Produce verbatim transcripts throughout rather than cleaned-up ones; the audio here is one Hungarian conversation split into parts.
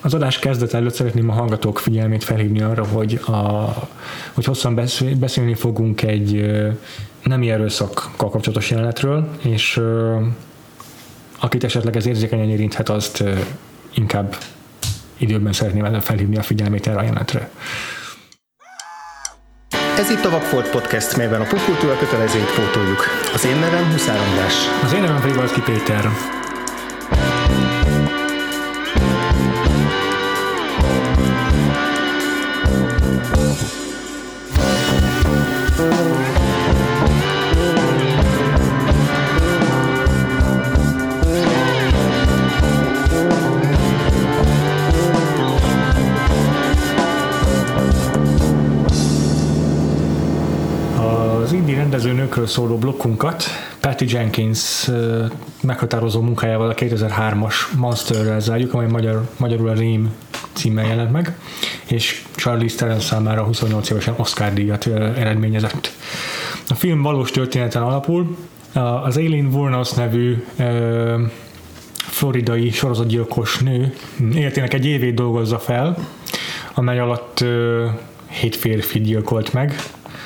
Az adás kezdet előtt szeretném a hallgatók figyelmét felhívni arra, hogy, a, hogy hosszan beszélni fogunk egy nemi erőszakkal kapcsolatos jelenetről, és akit esetleg ez érzékenyen érinthet, azt inkább időben szeretném felhívni a figyelmét erre a jelenetre. Ez itt a Vagfolt Podcast, melyben a popkultúra kötelezőit pótoljuk. Az én nevem Huszár András. Az én nevem Frivalszki Péter. Rendezőnőkről szóló blokkunkat Patty Jenkins meghatározó munkájával, a kétezer-hármas Monsterrel zárjuk, amely magyar, magyarul a Rém címmel jelent meg, és Charlize Theron számára huszonnyolc évesen Oscar-díjat eredményezett. A film valós történeten alapul. Az Aileen Wuornos nevű floridai sorozatgyilkos nő életének egy évét dolgozza fel, amely alatt hét férfi gyilkolt meg,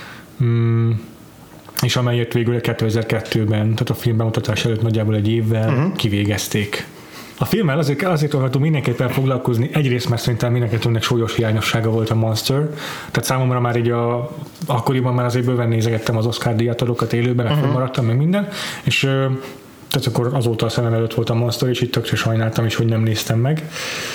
és amelyet végül kétezer-kettőben, tehát a film bemutatás előtt nagyjából egy évvel uh-huh. kivégezték. A filmmel azért, azért akartunk mindenképpen foglalkozni, egyrészt mert szerintem mindenképpen súlyos hiányossága volt a Monster, tehát számomra már így a, akkoriban már azért bőven nézegettem az Oscar díjátadókat élőben, meg uh-huh. maradtam, meg minden, és tehát akkor azóta a szemem előtt volt a Monster, és itt tökre sajnáltam is, hogy nem néztem meg.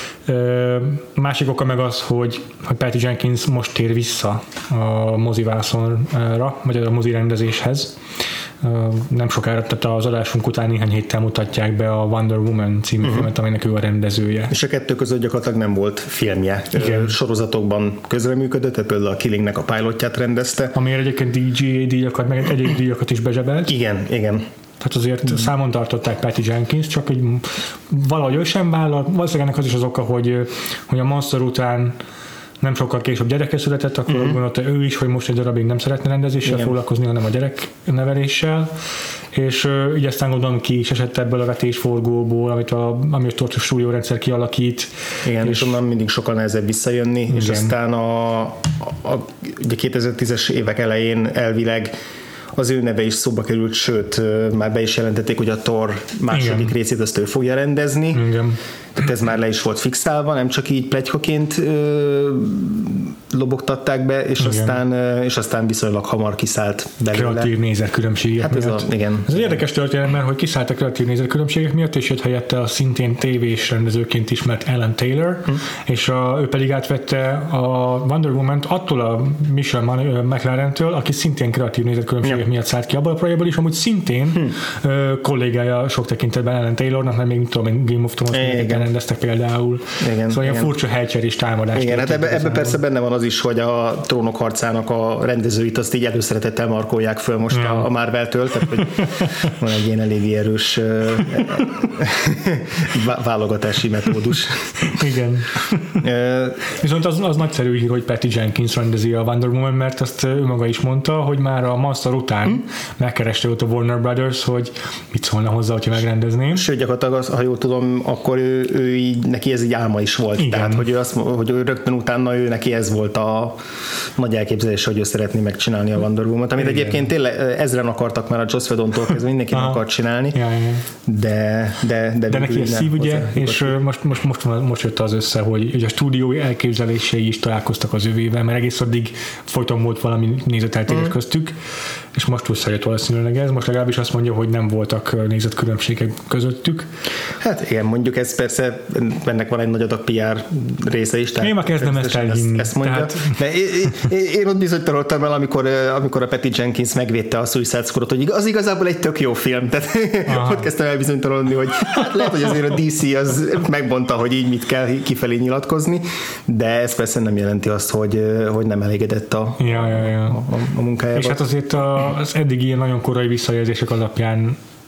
Másik oka meg az, hogy, hogy Patty Jenkins most tér vissza a mozivászonra, vagy a mozi rendezéshez. Nem sokára, tehát az adásunk után néhány héttel mutatják be a Wonder Woman című uh-huh. filmet, aminek ő a rendezője. És a kettő között gyakorlatilag nem volt filmje. Igen. Sorozatokban közreműködött, tehát például a Killingnek a pilotját rendezte. Amire egyébként dé gé á díjakat, meg egyéb díjakat is bezsebelt. Igen, igen. Tehát azért mm. számon tartották Patty Jenkins, csak egy, valahogy ő sem vállal. Valószínűleg ennek az is az oka, hogy, hogy a Monster után nem sokkal később gyereke született, akkor mm-hmm. gondolta ő is, hogy most egy darabig nem szeretne rendezéssel Igen. foglalkozni, hanem a gyerekneveléssel. És uh, így aztán gondolom ki is esett ebből a vetésforgóból, amit a, amit a stúdiórendszer kialakít. Igen, és, és onnan mindig sokkal nehezebb visszajönni, Igen. és aztán a, a, a ugye kétezer-tízes évek elején elvileg az ő neve is szóba került, sőt, már be is jelentették, hogy a Thor második Igen. részét azt ő fogja rendezni. Igen. Tehát ez már le is volt fixálva, nem csak így pletykaként ö, lobogtatták be, és aztán, ö, és aztán viszonylag hamar kiszállt belőle. Kreatív nézetkülönbségek hát ez miatt. A, igen. Ez egy érdekes történet, mert hogy kiszállt a kreatív nézetkülönbségek miatt, és jött helyette a szintén tévés rendezőként ismert Alan Taylor, hm. és a, ő pedig átvette a Wonder Woman-t attól a Michelle McLaren-től, aki szintén kreatív nézetkülönbségek ja. miatt szállt ki abból a projektből is, amúgy szintén hm. ö, kollégája sok tekintetben Alan Taylornak, mert még tudom, Game of Thrones rendeztek például. Igen, szóval ilyen igen. furcsa helycserés támadás. Igen, hát ebbe, ebbe persze benne van az is, hogy a Trónok harcának a rendezőit azt így előszeretettel markolják föl most ja. a, a Marvel-től, tehát hogy van egy ilyen eléggé erős válogatási metódus. Igen. Viszont az, az nagyszerű hír, hogy Patty Jenkins rendezi a Wonder Woman, mert azt ő maga is mondta, hogy már a Monster után hmm? megkereste ott a Warner Brothers, hogy mit szólna hozzá, hogyha megrendezném. Sőt, gyakorlatilag az, ha jól tudom, akkor ő, ő így, neki ez egy álma is volt. Igen. Tehát, hogy ő, azt, hogy ő rögtön utána ő neki ez volt a nagy elképzelés, hogy ő szeretné megcsinálni a Wonder Woman-t, amit Igen. egyébként tényleg ezren akartak már a Joss Whedon-tól kezdve, mindenki akart csinálni, ja, ja. de de, de, de neki ez szív, ugye, és most, most, most, most jött az össze, hogy, hogy a stúdiói elképzelései is találkoztak az övével, mert egész addig folyton volt valami nézeteltérés mm. köztük, és most visszajött valószínűleg ez, most legalábbis azt mondja, hogy nem voltak nézetkülönbségek közöttük. Hát igen, mondjuk ez persze, ennek van egy nagy adag pé er része is. Én már kezdem ezt elhinni. Ezt mondja. Tehát... De én, én, én ott bizonytalanodtam el, amikor, amikor a Patty Jenkins megvédte a Suicide Squad-ot, hogy az igazából egy tök jó film. Tehát ott kezdtem el bizonytalanodni, hogy hát lehet, hogy azért a dé cé az megmondta, hogy így mit kell kifelé nyilatkozni, de ez persze nem jelenti azt, hogy, hogy nem elégedett a, ja, ja, ja. a, a munkájával. És hát azért az eddigi ilyen nagyon korai visszajelzések alapján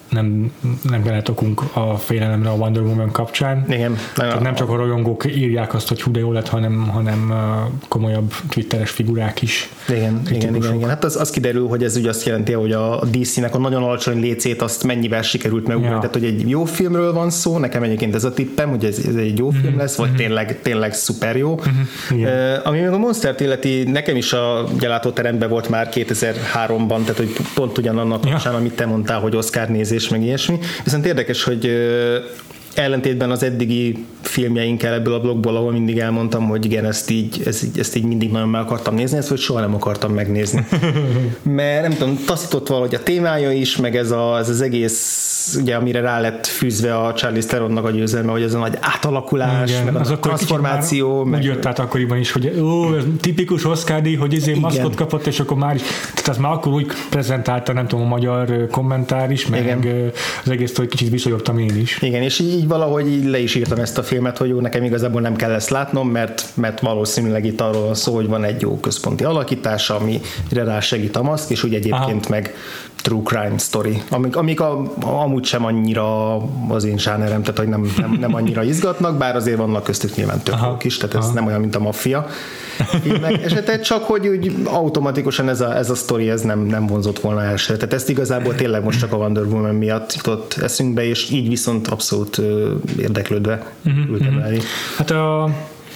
nem, nem lehet okunk a félelemre a Wonder Woman kapcsán. Igen. Tehát nem csak a rajongók írják azt, hogy hú de jó lett, hanem, hanem komolyabb twitteres figurák is. Igen, igen, igen, igen. Hát az, az kiderül, hogy ez ugye azt jelenti, hogy a dé cé-nek a nagyon alacsony lécét azt mennyivel sikerült megugrani. Ja. Tehát, hogy egy jó filmről van szó, nekem egyébként ez a tippem, hogy ez, ez egy jó mm-hmm. film lesz, vagy mm-hmm. tényleg, tényleg szuper jó. Mm-hmm. Uh, ami még a Monstert illeti, nekem is a gyalátóteremben volt már kétezer-háromban, tehát hogy pont ugyanannak kapcsán, ja. amit te mondtál, hogy Oscar nézés, meg ilyesmi. Viszont érdekes, hogy ellentétben az eddigi filmjeinkkel ebből a blogból, ahol mindig elmondtam, hogy igen, ezt így, ezt, így, ezt így mindig nagyon meg akartam nézni, ezt hogy soha nem akartam megnézni. Mert nem tudom, taszított valahogy a témája is, meg ez, a, ez az egész, ugye, amire rá lett fűzve a Charlize Theronnak a győzelme, hogy ez a nagy átalakulás, igen, meg az a transformáció. Meg... Úgy jött át akkoriban is, hogy ó, tipikus Oscar-díj, hogy ezért maszkot kapott, és akkor már is, tehát már akkor úgy prezentálta, nem tudom, a magyar kommentár is, meg igen. az egész, hogy kicsit viszonyogtam én is. Igen, és így valahogy így le is írtam ezt a filmet, hogy jó, nekem igazából nem kell ezt látnom, mert, mert valószínűleg itt arról van szó, hogy van egy jó központi alakítása, amire rá segít a maszk, és úgy egyébként Aha. meg true crime story, amik, amik a, amúgy sem annyira az én zsánerem, tehát hogy nem, nem, nem annyira izgatnak, bár azért vannak köztük nyilván tök jók is, tehát ez Aha. nem olyan, mint a maffia filmek esetet, csak hogy úgy automatikusan ez a, ez a sztori ez nem, nem vonzott volna elsőre. Tehát ezt igazából tényleg most csak a Wonder Woman miatt jutott eszünkbe, és így viszont abszolút uh, érdeklődve uh-huh, ültem uh-huh. elé. Hát a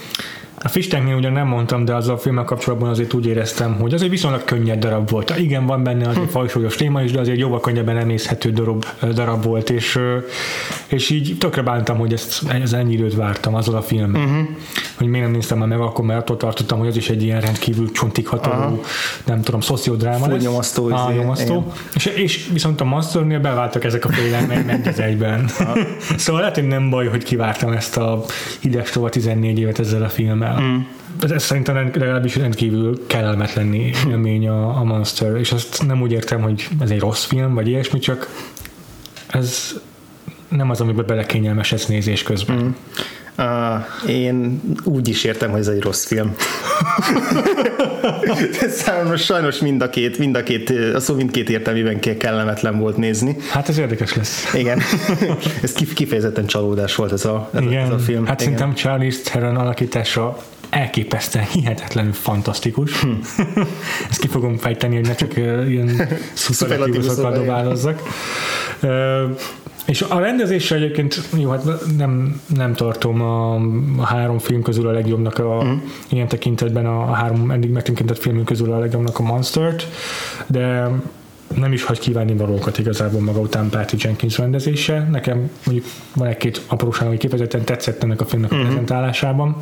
A Fish Tanknél ugyan nem mondtam, de azzal a filmmel kapcsolatban azért úgy éreztem, hogy az egy viszonylag könnyed darab volt. Igen, van benne az egy fajsúlyos téma is, de azért jóval könnyebben emészhető darab, darab volt, és, és így tökre bántam, hogy ezt, ez ennyi időt vártam azzal a filmmel. Uh-huh. Hogy miért nem néztem már meg akkor, mert attól tartottam, hogy az is egy ilyen rendkívül csontigható, uh-huh. nem tudom, szociodráma lesz. Nyomasztó. Ah, nyomasztó. És, és viszont a Monsternél beváltak ezek a félelmek meg egy egyben. Uh-huh. Szóval lehet, hogy nem baj, hogy kivártam ezt a idestova tizennégy évet ezzel a filmmel. Mm. Ez szerintem legalábbis rendkívül kellemetlen élmény a, a Monster, és azt nem úgy értem, hogy ez egy rossz film, vagy ilyesmi, csak ez nem az, amiben belekényelmes nézés közben. Mm. Uh, én úgy is értem, hogy ez egy rossz film. Számomra sajnos mind a két, mind a két, a szó mindkét értelmében kellemetlen volt nézni. Hát ez érdekes lesz. Igen. Ez kifejezetten csalódás volt ez a, ez, igen. ez a film. Hát igen. Szerintem Charlize Theron alakítása elképesztően, hihetetlenül fantasztikus. Hm. Ezt ki fogom fejteni, hogy ne csak ilyen szuperlatívusokkal dobálozzak. És a rendezésre egyébként, jó, hát nem, nem tartom a, a három film közül a legjobbnak a, mm. ilyen tekintetben a, a három eddig megtekintett filmünk közül a legjobbnak a Monstert, de nem is hagy kívánni valókat igazából maga után Patty Jenkins rendezése. Nekem mondjuk van egy-két apróság, hogy kifejezetten tetszett ennek a filmnek a mm-hmm. prezentálásában.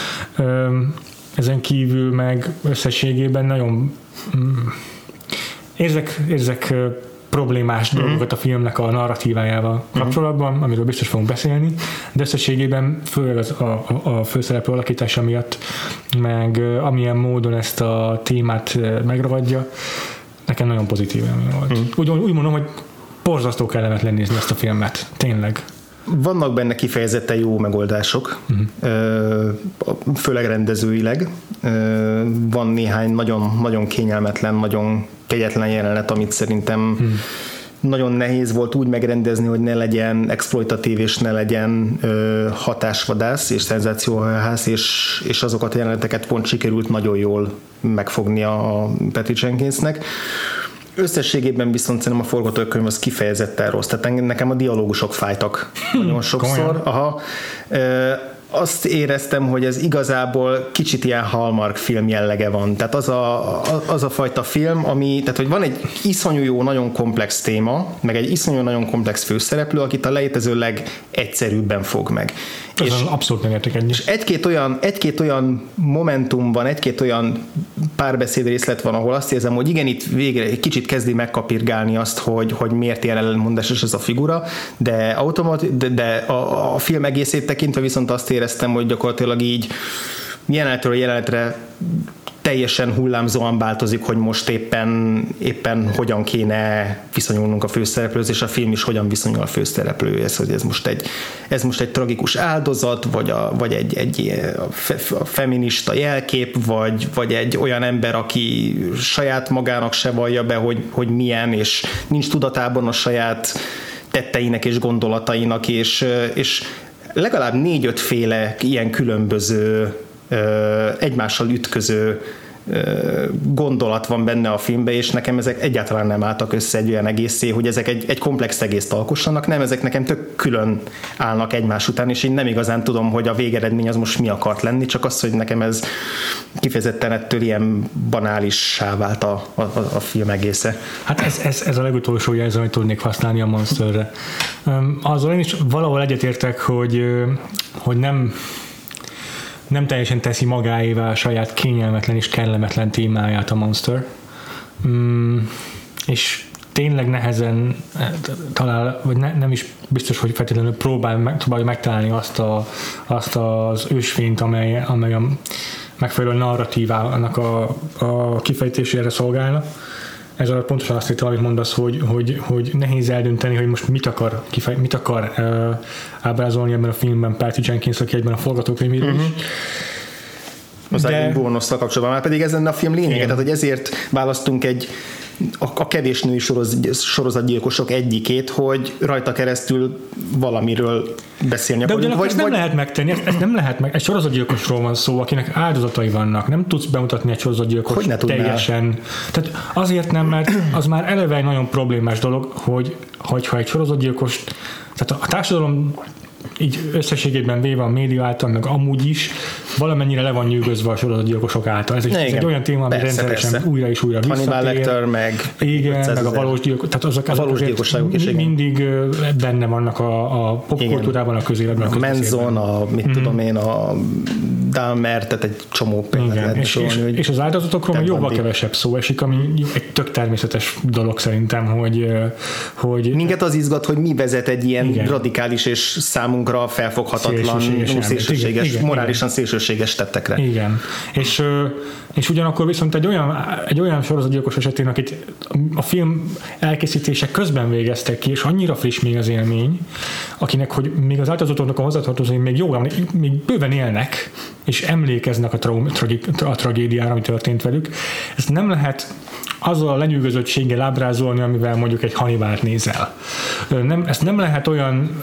Ezen kívül meg összességében nagyon mm, érzek, érzek problémás mm-hmm. dolgokat a filmnek a narratívájával mm-hmm. kapcsolatban, amiről biztos fogunk beszélni, de összességében főleg az a, a, a főszereplő alakítása miatt, meg amilyen módon ezt a témát megragadja, nekem nagyon pozitív élmény volt. Mm. Úgy, úgy mondom, hogy borzasztó kellemetlen nézni ezt a filmet. Tényleg. Vannak benne kifejezetten jó megoldások, uh-huh. főleg rendezőileg. Van néhány nagyon, nagyon kényelmetlen, nagyon kegyetlen jelenet, amit szerintem uh-huh. nagyon nehéz volt úgy megrendezni, hogy ne legyen exploitatív, és ne legyen hatásvadász és szenzációház, és, és azokat a jeleneteket pont sikerült nagyon jól megfognia a Patty Jenkinsnek. Összességében viszont szerintem a forgatókönyv az kifejezetten rossz. Tehát nekem a dialógusok fájtak nagyon sokszor. Aha. Azt éreztem, hogy ez igazából kicsit ilyen Hallmark film jellege van. Tehát az a, az a fajta film, ami, tehát hogy van egy iszonyú jó, nagyon komplex téma, meg egy iszonyú nagyon komplex főszereplő, akit a létező legegyszerűbben fog meg. És, abszolút nem értek ennyi. És egy-két olyan, egy-két olyan momentum van, egy-két olyan párbeszéd részlet van, ahol azt érzem, hogy igen, itt végre egy kicsit kezdi megkapirgálni azt, hogy, hogy miért ilyen ellenmondásos ez a figura, de, automat, de, de a, a film egészét tekintve viszont azt éreztem, hogy gyakorlatilag így jelenetről jelenetre teljesen hullámzóan változik, hogy most éppen, éppen hogyan kéne viszonyulnunk a főszereplőhöz, és a film is hogyan viszonyul a főszereplőhez, hogy ez most egy, ez most egy tragikus áldozat, vagy, a, vagy egy, egy a feminista jelkép, vagy, vagy egy olyan ember, aki saját magának se vallja be, hogy, hogy milyen, és nincs tudatában a saját tetteinek és gondolatainak, és, és legalább négy-öt féle ilyen különböző, egymással ütköző gondolat van benne a filmben, és nekem ezek egyáltalán nem álltak össze egy olyan egészé, hogy ezek egy, egy komplex egészt alkossanak, nem, ezek nekem tök külön állnak egymás után, és én nem igazán tudom, hogy a végeredmény az most mi akart lenni, csak az, hogy nekem ez kifejezetten ettől ilyen banálissá vált a, a, a film egésze. Hát ez, ez, ez a legutolsó jelző, amit tudnék használni a Monsterre. Azzal én is valahol egyetértek, hogy, hogy nem nem teljesen teszi magáévá a saját kényelmetlen és kellemetlen témáját a Monster. Mm, és tényleg nehezen talál, vagy ne, nem is biztos, hogy feltétlenül próbál, meg, próbálja megtalálni azt, a, azt az ősvényt, amely, amely a megfelelő narratívának a, a kifejtésére szolgálna. Ez alatt pontosan azt hittem, amit mondasz, hogy, hogy, hogy nehéz eldönteni, hogy most mit akar, kifej, mit akar uh, ábrázolni ebben a filmben Patty Jenkins, aki egyben a forgatókönyvíró uh-huh. is. Az Eileen Wuornosszal kapcsolatban, már pedig ez lenne a film lényege, tehát hogy ezért választunk egy a, a kevés női sorozatgyilkosok egyikét, hogy rajta keresztül valamiről beszélni de akarunk. De ezt nem vagy... lehet megtenni, ezt, ezt nem lehet meg. Egy sorozatgyilkosról van szó, akinek áldozatai vannak. Nem tudsz bemutatni egy sorozatgyilkost teljesen. Tehát azért nem, mert az már eleve egy nagyon problémás dolog, hogy hogyha egy sorozatgyilkos, tehát a társadalom így összességében véve a média által, meg amúgy is valamennyire le van nyűgözve a sorozatgyilkosok által. Ez, ez egy olyan téma, ami persze, rendszeresen persze. újra és újra visszatér. Hannibal Lecter, meg igen, meg a valós gyilkos, tehát azok, azok valós gyilkosságok is mindig benne vannak a, a popkultúrában, a közéletben. A Manson, a mit mm-hmm. tudom én, a Dahmer, tehát egy csomó példát. És, és, és az áldozatokról még jóval kevesebb szó esik, ami egy tök természetes dolog szerintem, hogy, hogy minket az izgat, hogy mi vezet egy ilyen igen. radikális és számunkra felfoghatatlan, szélsőséges, szélsőséges igen, morálisan igen, szélsőséges tettekre. Igen. És, és ugyanakkor viszont egy olyan, egy olyan sorozatgyilkos esetén, akit a film elkészítése közben végeztek ki, és annyira friss még az élmény, akinek, hogy még az áldozatoknak a hozzátartozói még jó, még bőven élnek, és emlékeznek a, traum, a tragédiára, ami történt velük. Ezt nem lehet azzal a lenyűgözöttséggel ábrázolni, amivel mondjuk egy Hannibalt nézel. Nem, ezt nem lehet olyan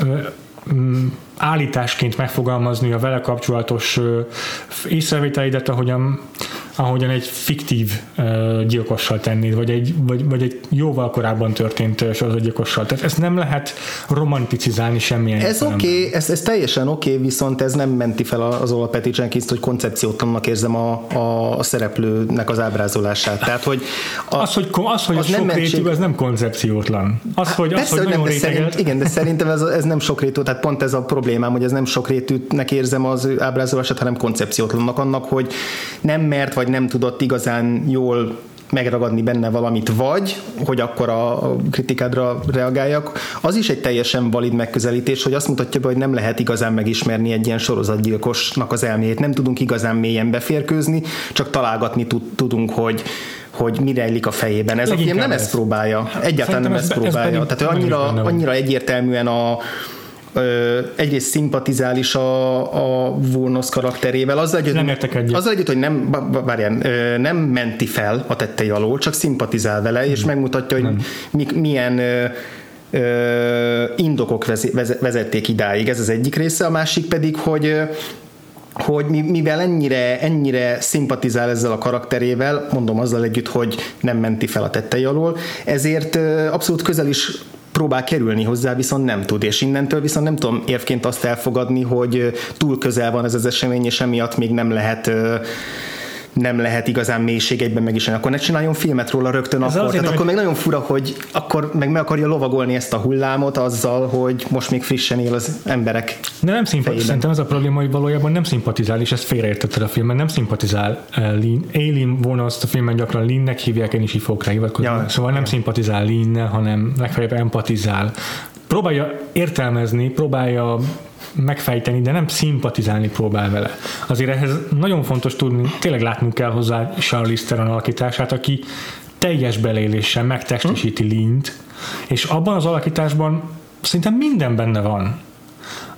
állításként megfogalmazni a vele kapcsolatos észrevételeidet, ahogyan, ahogyan egy fiktív gyilkossal tennéd, vagy egy, vagy, vagy egy jóval korábban történt sorozatgyilkossal. Tehát ezt nem lehet romanticizálni semmilyen. Ez oké, okay, ez, ez teljesen oké, okay, viszont ez nem menti fel azon a Patty Jenkins-t, hogy koncepciótlannak érzem a, a, a szereplőnek az ábrázolását. Tehát, hogy a, az, hogy, az, hogy az sok rétű, mentség... az nem koncepciótlan. Az, hogy, az, persze, hogy nem, nagyon de szerint, igen, de szerintem ez, ez nem sokrétű, tehát pont ez a problémám, hogy ez nem sokrétűnek érzem az ábrázolását, hanem koncepciótlannak annak, hogy nem mert, vagy nem tudott igazán jól megragadni benne valamit, vagy, hogy akkor a kritikádra reagáljak, az is egy teljesen valid megközelítés, hogy azt mutatja be, hogy nem lehet igazán megismerni egy ilyen sorozatgyilkosnak az elméjét. Nem tudunk igazán mélyen beférkőzni, csak találgatni tudunk, hogy hogy mi rejlik a fejében. Ez Leginkább a film nem ez. ezt próbálja. Egyáltalán nem ezt próbálja. Ez Tehát annyira, annyira egyértelműen a egyrészt szimpatizál is a, a Wuornos karakterével. Azzal együtt, nem értek egyet. Azzal együtt, hogy nem, várján, nem menti fel a tettei alól, csak szimpatizál vele, hmm. és megmutatja, hogy mi, milyen ö, indokok vezették idáig. Ez az egyik része. A másik pedig, hogy hogy mivel ennyire, ennyire szimpatizál ezzel a karakterével, mondom azzal együtt, hogy nem menti fel a tettei alól, ezért abszolút közel is próbál kerülni hozzá, viszont nem tud, és innentől viszont nem tudom érvként azt elfogadni, hogy túl közel van ez az esemény, és emiatt még nem lehet nem lehet igazán mélység egyben megismerni. Akkor ne csináljon filmet róla rögtön ez akkor. Tehát akkor még nagyon fura, hogy akkor meg meg akarja lovagolni ezt a hullámot azzal, hogy most még frissen él az emberek. De nem szimpatizál. Szerintem ez a probléma, hogy valójában nem szimpatizál, és ezt félreértetted a filmben, nem szimpatizál Lynn. Aileen Wuornos a filmben gyakran Lynnnek hívják, én is így fogok rá hivatkozni. Ja, szóval nem ja. szimpatizál Lynnnel, hanem legfeljebb empatizál. Próbálja értelmezni, próbálja megfejteni, de nem szimpatizálni próbál vele. Azért ehhez nagyon fontos tudni, tényleg látnunk kell hozzá Charlize Theron alakítását, aki teljes beleéléssel megtestesíti Lynnt, és abban az alakításban szerintem minden benne van.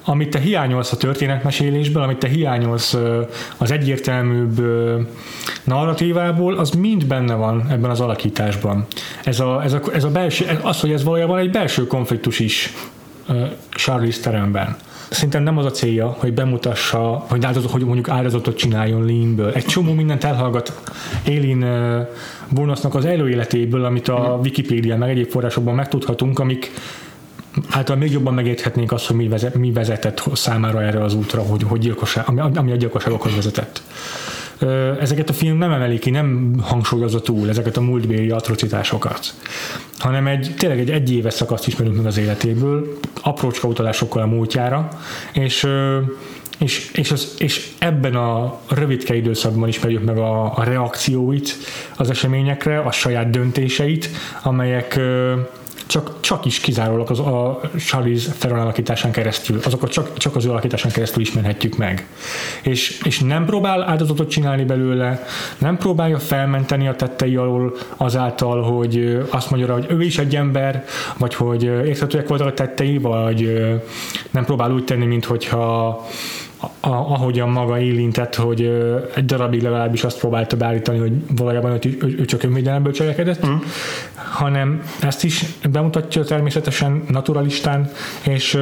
amit te hiányolsz a történetmesélésből, amit te hiányolsz az egyértelműbb narratívából, az mind benne van ebben az alakításban. Ez a, ez a, ez a belső, az, hogy ez valójában egy belső konfliktus is Charlize Theronben. Szerintem nem az a célja, hogy bemutassa, hogy, áldozott, hogy mondjuk áldozatot csináljon Leanből. Egy csomó mindent elhallgat Aileen Wuornosnak az előéletéből, amit a Wikipédia meg egyéb forrásokban megtudhatunk, amik általában még jobban megérthetnénk azt, hogy mi, vezet, mi vezetett számára erre az útra, hogy, hogy gyilkosság, ami, ami a gyilkosságokhoz vezetett. Ezeket a film nem emeli ki, nem hangsúlyozza túl ezeket a múltbéli atrocitásokat, hanem egy, tényleg egy egyéves szakaszt ismerünk meg az életéből, aprócska utalásokkal a múltjára, és, és, és, az, és ebben a rövidke időszakban ismerjük meg a, a reakcióit az eseményekre, a saját döntéseit, amelyek Csak, csak is kizárólag az a Charlize Theron alakításán keresztül, azokat csak, csak az ő alakításán keresztül ismerhetjük meg. És, és nem próbál áldozatot csinálni belőle, nem próbálja felmenteni a tettei alól azáltal, hogy azt mondja, hogy ő is egy ember, vagy hogy érthetőek voltak a tettei, vagy nem próbál úgy tenni, minthogyha ahogyan maga élintett, hogy egy darabig legalábbis azt próbálta beállítani, hogy valójában ő, ő, ő csak önvédelemből cselekedett, mm. hanem ezt is bemutatja természetesen naturalistán, és,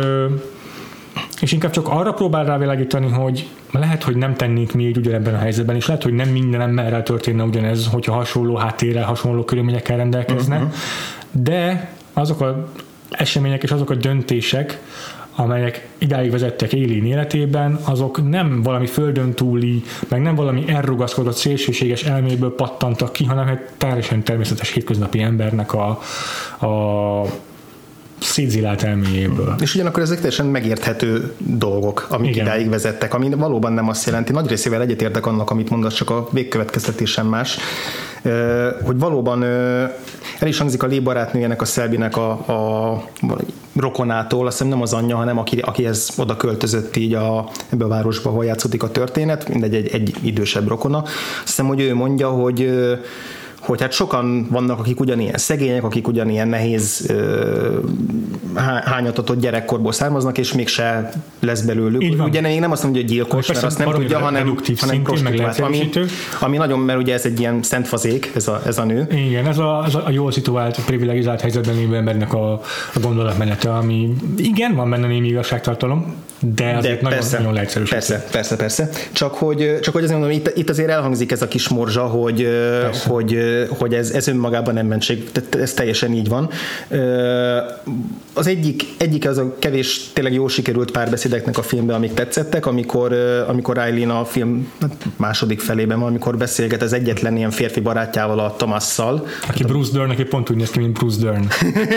és inkább csak arra próbál rávilágítani, hogy lehet, hogy nem tennénk mi így ugyanebben a helyzetben, és lehet, hogy nem minden emberrel történne ugyanez, hogyha hasonló háttérrel, hasonló körülményekkel rendelkezne, mm-hmm. de azok az események és azok a döntések, amelyek idáig vezettek Aileen életében, azok nem valami földön túli, meg nem valami elrugaszkodott szélsőséges elméből pattantak ki, hanem egy teljesen természetes hétköznapi embernek a, a szétzilált elméjéből. És ugyanakkor ezek teljesen megérthető dolgok, amik Igen. idáig vezettek, ami valóban nem azt jelenti. Nagy részével egyetértek annak, amit mondasz, csak a végkövetkeztetésen más, hogy valóban el is hangzik a Lee barátnőjének, a Shelbynek a, a rokonától, azt hiszem nem az anyja, hanem aki, akihez oda költözött így a, ebbe a városba, ahol játszódik a történet, mindegy egy, egy idősebb rokona. Azt hiszem, hogy ő mondja, hogy hogy hát sokan vannak, akik ugyanilyen szegények, akik ugyanilyen nehéz hányatatott gyerekkorból származnak, és mégse lesz belőlük. Ugye még nem azt mondja, hogy gyilkos, mert azt nem tudja, hanem, hanem prostituált. Ami, ami nagyon, mert ugye ez egy ilyen szent fazék, ez a, ez a nő. Igen, ez a, ez a jól szituált, privilegizált helyzetben lévő embernek a, a gondolatmenete, ami igen, van benne némi igazságtartalom, de azért de nagyon, persze, nagyon leegyszerűsítő. Persze, persze, persze. Csak hogy, csak hogy azért mondom, itt, itt azért elhangzik ez a kis morzsa, hogy, hogy, hogy ez, ez önmagában nem mentség, ez teljesen így van. Az egyik, egyik az a kevés tényleg jól sikerült párbeszédeknek a filmben, amik tetszettek, amikor, amikor Aileen a film második felében van, amikor beszélget az egyetlen ilyen férfi barátjával, a Thomasszal. Aki Bruce Dern, aki pont úgy néz ki, mint Bruce Dern.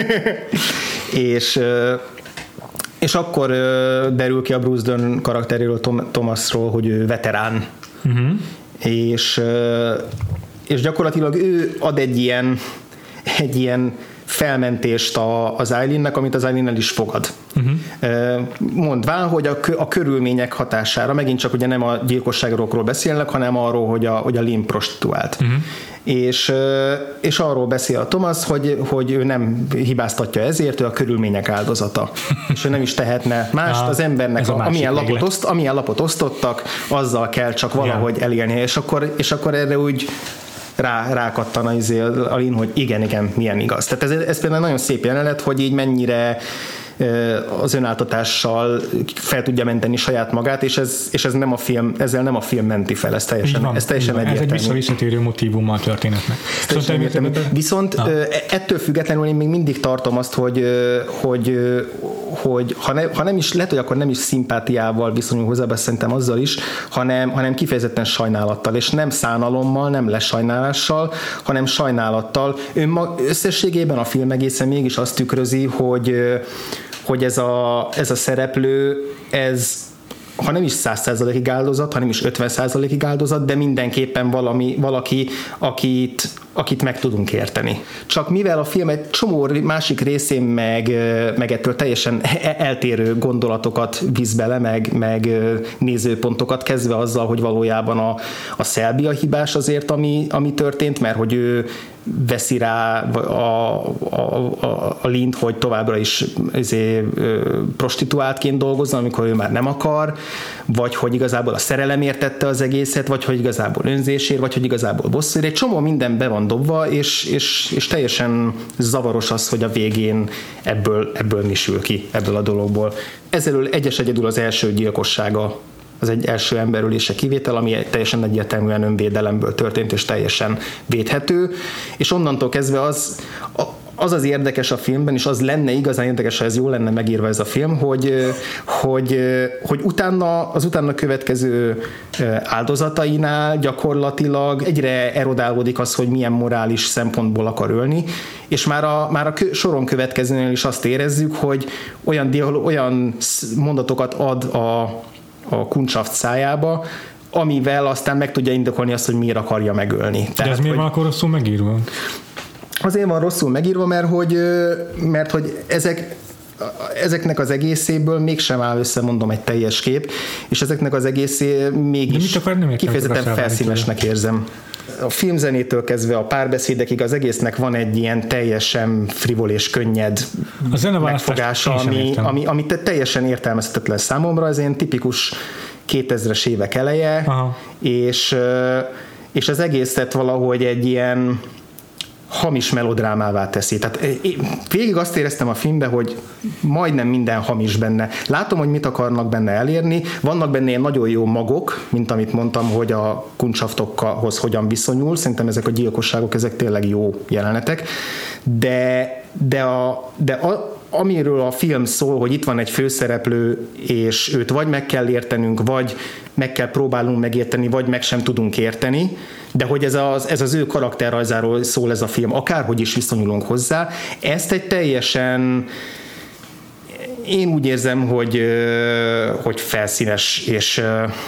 és És akkor derül ki a Bruce Dern karakteréről, Tom, Thomasról, hogy ő veterán. Uh-huh. És, és gyakorlatilag ő ad egy ilyen, egy ilyen felmentést a, az Aileennek, amit az Aileen el is fogad. Uh-huh. Mondván, hogy a, a körülmények hatására, megint csak ugye nem a gyilkosságokról beszélnek, hanem arról, hogy a, hogy a Lynn prostituált. Uh-huh. És, és arról beszél a Thomas, hogy, hogy ő nem hibáztatja ezért, ő a körülmények áldozata. És ő nem is tehetne mást, az embernek, a, a amilyen, lapot oszt, amilyen lapot osztottak, azzal kell csak valahogy yeah. elélni. És akkor, és akkor erre úgy rá, rákattan a Lynn, hogy igen, igen, milyen igaz. Tehát ez, ez például nagyon szép jelenet, hogy így mennyire az önáltatással fel tudja menteni saját magát, és ez, és ez nem a film, ezzel nem a film menti fel, ez teljesen, van, ez teljesen egyértelmű. Ez egy visszavisszatérő motívuma a történetnek. Szóval Viszont ah. ettől függetlenül én még mindig tartom azt, hogy, hogy, hogy ha, ne, ha nem is, lehet, hogy akkor nem is szimpátiával viszonyul hozzá, de szerintem azzal is, hanem, hanem kifejezetten sajnálattal, és nem szánalommal, nem lesajnálással, hanem sajnálattal. Önma, összességében a film egészen mégis azt tükrözi, hogy hogy ez a, ez a szereplő, ez ha nem is száz százalékig áldozat, hanem is ötven százalékig áldozat, de mindenképpen valami, valaki, akit, akit meg tudunk érteni. Csak mivel a film egy csomó másik részén meg, meg ettől teljesen eltérő gondolatokat visz bele, meg, meg nézőpontokat, kezdve azzal, hogy valójában a, a Shelby a hibás azért, ami, ami történt, mert hogy ő veszi rá a, a, a, a Lint, hogy továbbra is ezért, prostituáltként dolgozzon, amikor ő már nem akar, vagy hogy igazából a szerelem értette az egészet, vagy hogy igazából önzésért, vagy hogy igazából bosszúért. Egy csomó minden be van dobva, és, és, és teljesen zavaros az, hogy a végén ebből, ebből mi sül ki, ebből a dologból. Ezzelől egyes egyedül az első gyilkossága, az egy első emberölése kivétel, ami teljesen egyértelműen önvédelemből történt, és teljesen védhető, és onnantól kezdve az, az az érdekes a filmben, és az lenne igazán érdekes, ha ez jól lenne megírva ez a film, hogy, hogy, hogy utána, az utána következő áldozatainál gyakorlatilag egyre erodálódik az, hogy milyen morális szempontból akar ölni, és már a, már a soron következőnél is azt érezzük, hogy olyan, dialog, olyan mondatokat ad a a Kuncshaft szájába, amivel aztán meg tudja indokolni azt, hogy miért akarja megölni. De Tehát, ez miért hogy... van akkor rosszul megírva? Azért van rosszul megírva, mert hogy, mert hogy ezek, ezeknek az egészéből mégsem áll össze, mondom, egy teljes kép, és ezeknek az egészé mégis akar, kifejezetten felszínesnek érzem. A filmzenétől kezdve a párbeszédekig az egésznek van egy ilyen teljesen frivol és könnyed megfogása, ami, ami, ami teljesen értelmezhetetlen számomra, ez ilyen tipikus kétezres évek eleje, és, és az egészet valahogy egy ilyen hamis melodrámává teszi. Tehát végig azt éreztem a filmben, hogy majdnem minden hamis benne. Látom, hogy mit akarnak benne elérni. Vannak benne ilyen nagyon jó magok, mint amit mondtam, hogy a Kuncshaftokhoz hogyan viszonyul. Szerintem ezek a gyilkosságok, ezek tényleg jó jelenetek. De, de, a, de a, amiről a film szól, hogy itt van egy főszereplő, és őt vagy meg kell értenünk, vagy meg kell próbálnunk megérteni, vagy meg sem tudunk érteni, de hogy ez az, ez az ő karakterrajzáról szól ez a film, akárhogy is viszonyulunk hozzá, ezt egy teljesen, én úgy érzem, hogy, hogy felszínes és,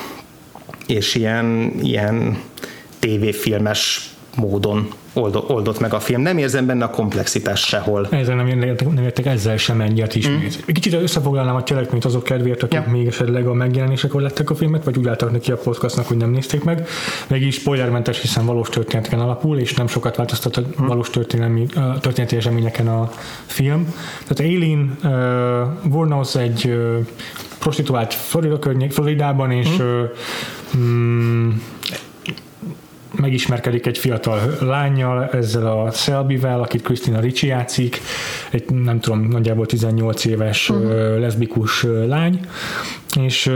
és ilyen, ilyen tévéfilmes módon oldott meg a film. Nem érzem benne a komplexitást sehol. Ezzel nem, nem értek ezzel sem egyet ismét. Mm. Kicsit összefoglalnám a cselekményt azok kedvéért, akik ja. még esetleg a megjelenésekor lettek a filmet, vagy úgy álltak neki a podcastnak, hogy nem nézték meg. Mégis spoilermentes, hiszen valós történeteken alapul, és nem sokat változtat a mm. valós történelmi, történeti eseményeken a film. Tehát Aileen uh, Wuornos egy uh, prostituált Florida környék, Floridában, és mm. uh, megismerkedik egy fiatal lánnyal, ezzel a Selby-vel, akit Christina Ricci játszik, egy nem tudom, nagyjából tizennyolc éves uh-huh. leszbikus lány, és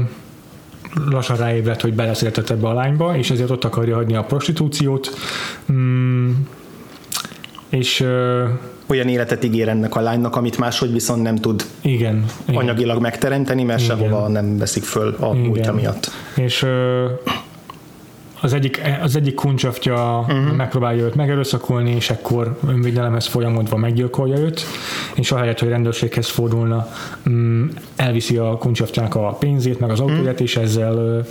lassan ráébredt, hogy beleszületett ebbe a lányba, és ezért ott akarja hagyni a prostitúciót, mm, és olyan életet ígér ennek a lánynak, amit máshogy viszont nem tud igen, anyagilag igen. megteremteni, mert igen. sehova nem veszik föl a múltja miatt. És Az egyik, az egyik Kuncshaftja uh-huh. megpróbálja őt megerőszakolni, és ekkor önvédelemhez folyamodva meggyilkolja őt, és ahelyett, hogy rendőrséghez fordulna, elviszi a Kuncshaftjának a pénzét, meg az autóját, uh-huh. és ezzel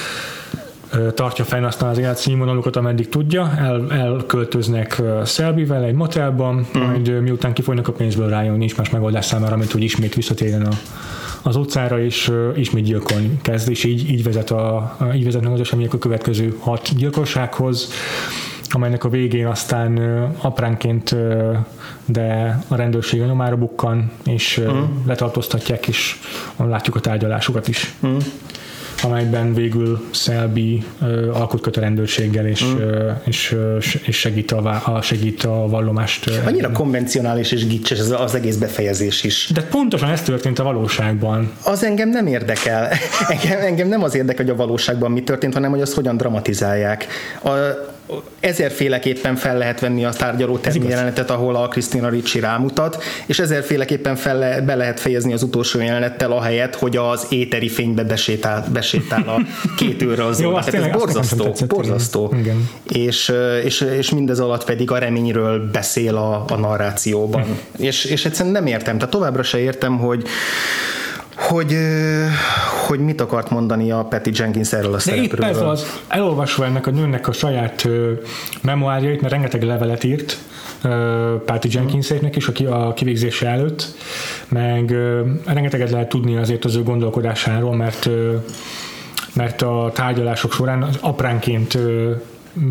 tartja fenn aztán az életszínvonalukat, ameddig tudja. El, elköltöznek Selbyvel egy motelban, uh-huh. majd miután kifogynak a pénzből, rájön, nincs más megoldás számára, mint hogy ismét visszatérjen a az utcára, és uh, ismét gyilkolni kezd, és így, így, vezet a, így vezetnek az események a következő hat gyilkossághoz, amelynek a végén aztán uh, apránként, uh, de a rendőrség nyomára bukkan, és uh, uh-huh. letartóztatják, és látjuk a tárgyalásukat is. Uh-huh. amelyben végül Selby uh, alkotköt a rendőrséggel, és, mm. uh, és, uh, és segít, a, a, segít a vallomást. Uh, Annyira konvencionális és gicses az, az egész befejezés is. De pontosan ez történt a valóságban. Az engem nem érdekel. engem, engem nem az érdekel, hogy a valóságban mi történt, hanem hogy azt hogyan dramatizálják. A, ezerféleképpen fel lehet venni a tárgyaló terméjelenetet, ahol a Christina Ricci rámutat, és ezerféleképpen fel le, be lehet fejezni az utolsó jelenettel, ahelyett, hogy az éteri fénybe besétál, besétál a két őrre az óra. Tehát ez borzasztó, tetszett, borzasztó. Igen. És, és, és mindez alatt pedig a reményről beszél a, a narrációban. Hm. És, és egyszerűen nem értem, tehát továbbra se értem, hogy Hogy, hogy mit akart mondani a Patty Jenkins erről a szerepről. De itt ez az, elolvasva ennek a nőnek a saját memoárjait, mert rengeteg levelet írt Patty Jenkinséknek is a kivégzése előtt, meg rengeteget lehet tudni azért az ő gondolkodásáról, mert, mert a tárgyalások során apránként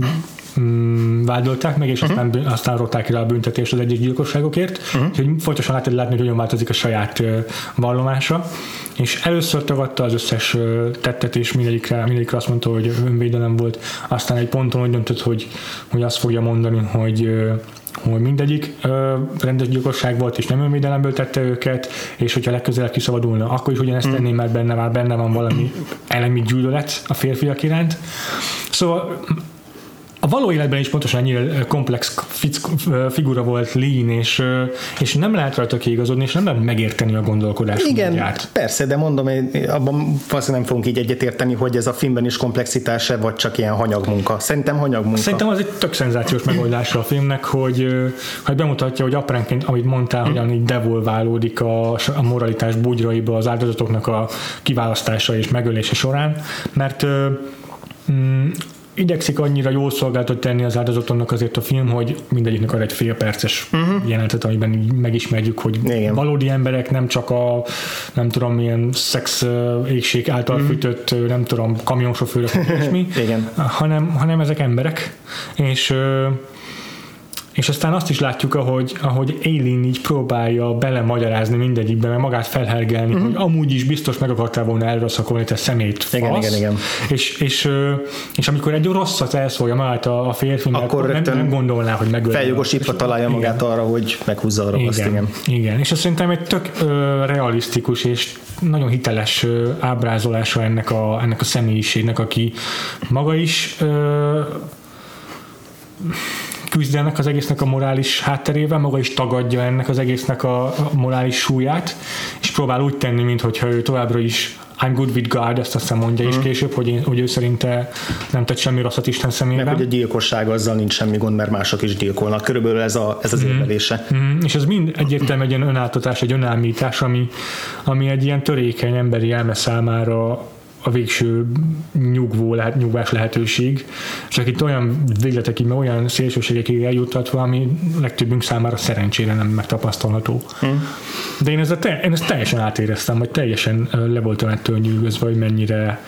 mm, vádolták meg, és uh-huh. aztán, aztán rották rá a büntetést az egyes gyilkosságokért, uh-huh. úgyhogy folytosan látod látni, hogy hogyan változik a saját uh, vallomása, és először tagadta az összes uh, tettet, és mindegyikre, mindegyikre azt mondta, hogy önvédelem volt, aztán egy ponton úgy döntött, hogy, hogy azt fogja mondani, hogy uh, hogy mindegyik ö, rendes gyilkosság volt, és nem önvédelemből tette őket, és hogyha legközelebb kiszabadulna, akkor is ugyanezt tenné, mert benne, már benne van valami elemi gyűlölet a férfiak iránt. Szóval a való életben is pontosan ennyire komplex figura volt Lean, és, és nem lehet rajta kiigazodni, és nem lehet megérteni a gondolkodás Igen, módját. Persze, de mondom, én abban valószínűleg nem fogunk így egyetérteni, hogy ez a filmben is komplexitása, vagy csak ilyen hanyagmunka. Szerintem hanyagmunka. Szerintem az egy tök szenzációs megoldása a filmnek, hogy, hogy bemutatja, hogy apránként, amit mondtál, hmm. hogyan így devolválódik a, a moralitás bugyraiba az áldozatoknak a kiválasztása és megölése során, mert mm, igyekszik annyira jól szolgáltat tenni az áldozatoknak azért a film, hogy mindegyiknek ad egy fél perces uh-huh. jelenetet, amiben megismerjük, hogy Igen. valódi emberek, nem csak a nem tudom milyen szex égség által uh-huh. fűtött, nem tudom, kamionsofőrök, hanem, hanem ezek emberek, és és aztán azt is látjuk, ahogy, ahogy Aileen így próbálja belemagyarázni mindegyikbe, mert magát felhergelni, uh-huh. hogy amúgy is biztos meg akartál volna elrosszakolni, te szemét fasz. Igen, igen, igen. És, és, és amikor egy rosszat elszólja magát a férfi, akkor nem, nem gondolná, hogy megölni. Feljogosítva találja magát igen. arra, hogy meghúzza a ravaszt. Igen, igen. igen. És azt szerintem egy tök ö, realisztikus és nagyon hiteles ö, ábrázolása ennek a, ennek a személyiségnek, aki maga is ö, küzd ennek az egésznek a morális hátterével, maga is tagadja ennek az egésznek a morális súlyát, és próbál úgy tenni, mintha ő továbbra is I'm good with God, ezt aztán mondja mm. is később, hogy, én, hogy ő szerinte nem tett semmi rosszat Isten szemében. Meg hogy a gyilkosság azzal nincs semmi gond, mert mások is gyilkolnak. Körülbelül ez, a, ez az mm. érvelése. Mm. És ez mind egyértelműen egy ilyen önáltatás, egy önállítás, ami, ami egy ilyen törékeny emberi elme számára a végső nyugvó, lehet, nyugvás lehetőség, csak itt olyan végletekig, olyan szélsőségekig eljuttatva, ami legtöbbünk számára szerencsére nem megtapasztalható. Hmm. De én, ezt, én ezt teljesen átéreztem, vagy teljesen le voltam ettől nyűgözve, hogy mennyire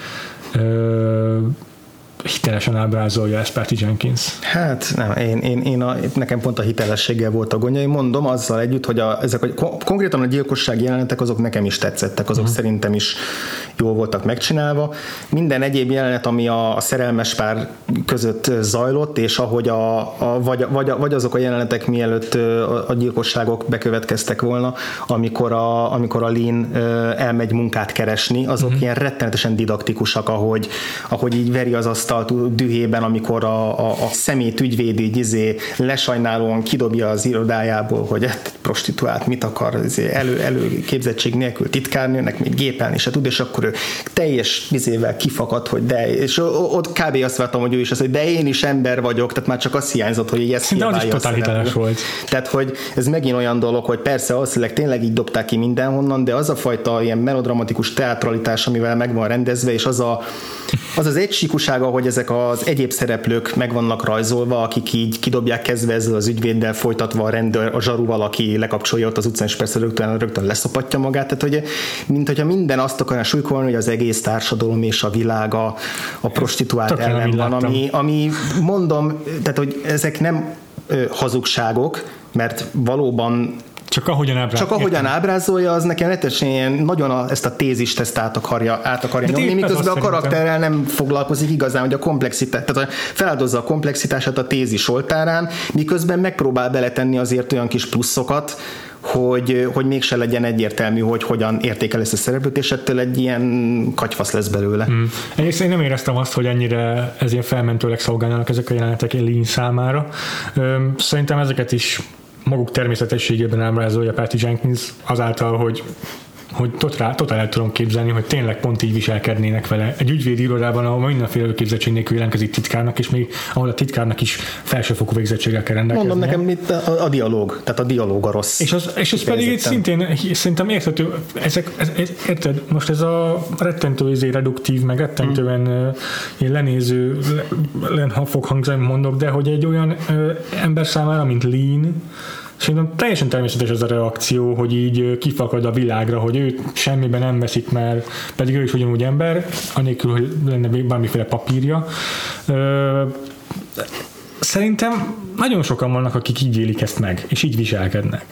ö, hitelesen ábrázolja ezt Patty Jenkins. Hát nem, én, én, én a, nekem pont a hitelességgel volt a gondja. Én mondom azzal együtt, hogy a, ezek a, konkrétan a gyilkosság jelenetek azok nekem is tetszettek, azok uh-huh. szerintem is jól voltak megcsinálva. Minden egyéb jelenet, ami a, a szerelmes pár között zajlott, és ahogy a, a, vagy, vagy, vagy azok a jelenetek mielőtt a, a gyilkosságok bekövetkeztek volna, amikor a, amikor a Lean elmegy munkát keresni, azok uh-huh. ilyen rettenetesen didaktikusak, ahogy, ahogy így veri az asztalt dühében, amikor a, a, a szemét ügyvéd így izé lesajnálóan kidobja az irodájából, hogy egy prostituált mit akar, elő, elő képzettség nélkül titkárnőnek még gépelni se tud, és akkor ő teljes vizével kifakadt, hogy de, és ott kb. Azt vártam, hogy ő is az, hogy de én is ember vagyok, tehát már csak azt hiányzott, hogy így ezt kiabálja. De az is totál volt. Tehát, hogy ez megint olyan dolog, hogy persze azt tényleg így dobták ki mindenhonnan, de az a fajta ilyen melodramatikus teatralitás, amivel meg van rendezve, és az a, az, az egysíkusága, hogy ezek az egyéb szereplők meg vannak rajzolva, akik így kidobják kezdve ezzel az ügyvéddel, folytatva a rendőr, a zsarúval, aki lekapcsolja ott az utcán, és persze rögtön, rögtön leszopatja magát. Tehát, hogy mint hogyha minden azt akarja súlykolni, hogy az egész társadalom és a világ a, a prostituált ellen van, ami, ami mondom, tehát, hogy ezek nem ö, hazugságok, mert valóban Csak ahogyan, ábráz, Csak ahogyan ábrázolja, az nekem lehetősen ilyen nagyon a, ezt a tézist ezt át akarja, át akarja nyomni, miközben a karakterrel nem foglalkozik igazán, hogy a komplexitás, tehát feláldozza a komplexitását a tézis oltárán, miközben megpróbál beletenni azért olyan kis pluszokat, hogy, hogy mégse legyen egyértelmű, hogy hogyan értékel ezt a szereplőt, és ettől egy ilyen katyfasz lesz belőle. Hmm. Én nem éreztem azt, hogy ennyire ezért felmentőleg szolgálnak ezek a jelenetek Lean számára. Szerintem ezeket is maguk természetességében ábrázolja Patty Jenkins azáltal, hogy hogy totál, totál el tudom képzelni, hogy tényleg pont így viselkednének vele. Egy ügyvédi irodában, ahol mindenféle képzettség nélkül jelentkezik titkárnak, és még ahol a titkárnak is felsőfokú végzettséggel kell rendelkeznie. Mondom nekem itt a, a dialóg, tehát a dialóg a rossz. És, az, és ez pedig itt szintén szerintem érthető, ezek, ez, ez, érted, most ez a rettentő izé reduktív, meg rettentően hmm. lenéző, le, ha fog hangzani mondok, de hogy egy olyan ö, ember számára, mint Lean, szerintem teljesen természetes az a reakció, hogy így kifakad a világra, hogy ő semmiben nem veszik, mert pedig ő is ugyanúgy ember, anélkül, hogy lenne bármiféle papírja. szerintem nagyon sokan vannak, akik így élik ezt meg, és így viselkednek.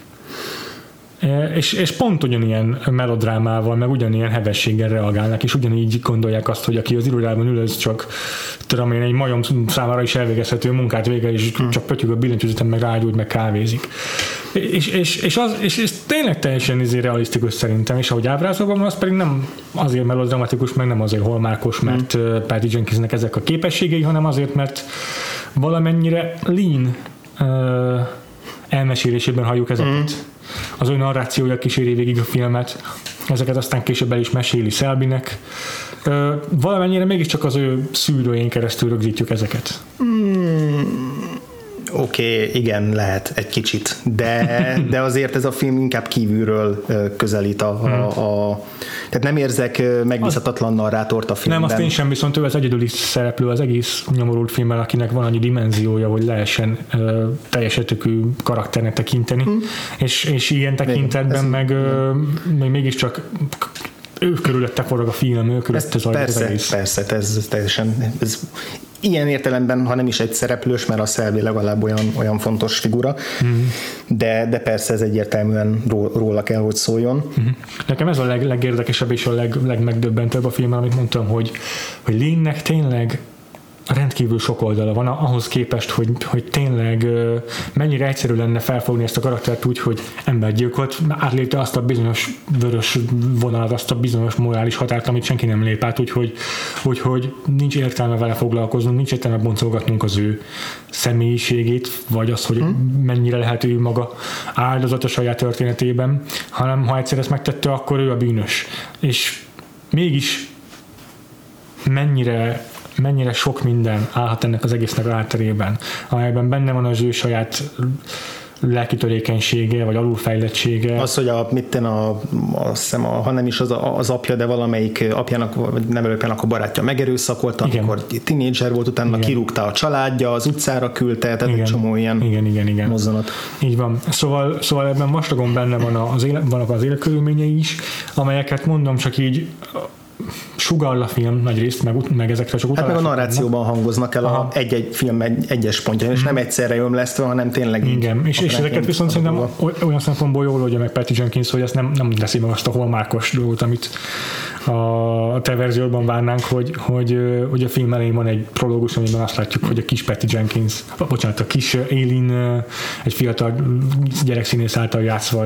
És, és pont ugyanilyen melodrámával, meg ugyanilyen hevességgel reagálnak, és ugyanígy gondolják azt, hogy aki az irodában ül, az csak tudom én, egy majom számára is elvégezhető munkát végel, és hmm. csak pötyög a billentyűzeten, meg rágyújt, meg kávézik. És, és, és, az, és ez tényleg teljesen izé realisztikus szerintem, és ahogy ábrázolva van, az pedig nem azért melodramatikus, meg nem azért holmárkos, mert hmm. Patty Jenkinsnek ezek a képességei, hanem azért, mert valamennyire lean uh, elmesélésében halljuk ezeket. Hmm. Az ő narrációja kíséri végig a filmet, ezeket aztán később el is meséli Selbynek. Ö, valamennyire mégiscsak az ő szűrőjén keresztül rögzítjük ezeket. Mm, Oké, okay, igen, lehet egy kicsit, de, de azért ez a film inkább kívülről közelít a, hmm. a, a tehát nem érzek megbízhatatlan narrátort a filmben. Nem, azt én sem, viszont ő az egyedüli szereplő az egész nyomorult filmben, akinek van annyi dimenziója, hogy lehessen uh, teljes értékű karakternek tekinteni, hmm. és, és ilyen tekintetben ez, meg uh, mégiscsak ő körülötte forog a film, ő körülötte zajlik az egész. Persze, ez teljesen ez ilyen értelemben, ha nem is egy szereplős, mert a Selby legalább olyan, olyan fontos figura, mm-hmm. de, de persze ez egyértelműen róla kell, hogy szóljon. Mm-hmm. Nekem ez a leg, legérdekesebb és a leg, legmegdöbbentőbb a filmben, amit mondtam, hogy, hogy Lynn-nek tényleg rendkívül sok oldala van ahhoz képest, hogy, hogy tényleg mennyire egyszerű lenne felfogni ezt a karaktert úgy, hogy embergyilkolt, átlépte azt a bizonyos vörös vonalat, azt a bizonyos morális határt, amit senki nem lép át, úgyhogy, úgyhogy nincs értelme vele foglalkoznunk, nincs értelme boncolgatnunk az ő személyiségét, vagy az, hogy hmm. mennyire lehet ő maga áldozat a saját történetében, hanem ha egyszer ezt megtette, akkor ő a bűnös. És mégis mennyire mennyire sok minden állhat ennek az egésznek a hátterében, amelyben benne van az ő saját lelki törékenysége, vagy alulfejlettsége. Az, hogy a, mitten a, azt hiszem, a, ha nem is az, a, az apja, de valamelyik apjának, vagy nevelőapjának a barátja megerőszakolta, igen. amikor tínédzser volt, utána igen. kirúgta a családja, az utcára küldte, tehát igen. egy csomó ilyen igen, igen, igen. mozzanat. Így van. Szóval, szóval ebben vastagon benne van az, élet, vannak az életkörülményei is, amelyeket mondom csak így sugall a film nagy részt, meg, meg ezekre csak utalások. Hát meg a narrációban vannak. Hangoznak el a egy-egy film egy, egyes pontján, és mm. nem egyszerre ömlesztve, hanem tényleg így. Igen, és, és ezeket viszont szerintem olyan szempontból jól oldja meg Patty Jenkins, hogy ezt nem, nem leszi meg azt a holmárkos dolgot, amit a te verzióban várnánk, hogy, hogy, hogy a film elején van egy prológus, amiben azt látjuk, hogy a kis Patty Jenkins, bocsánat, a kis Aileen egy fiatal gyerekszínész által játszva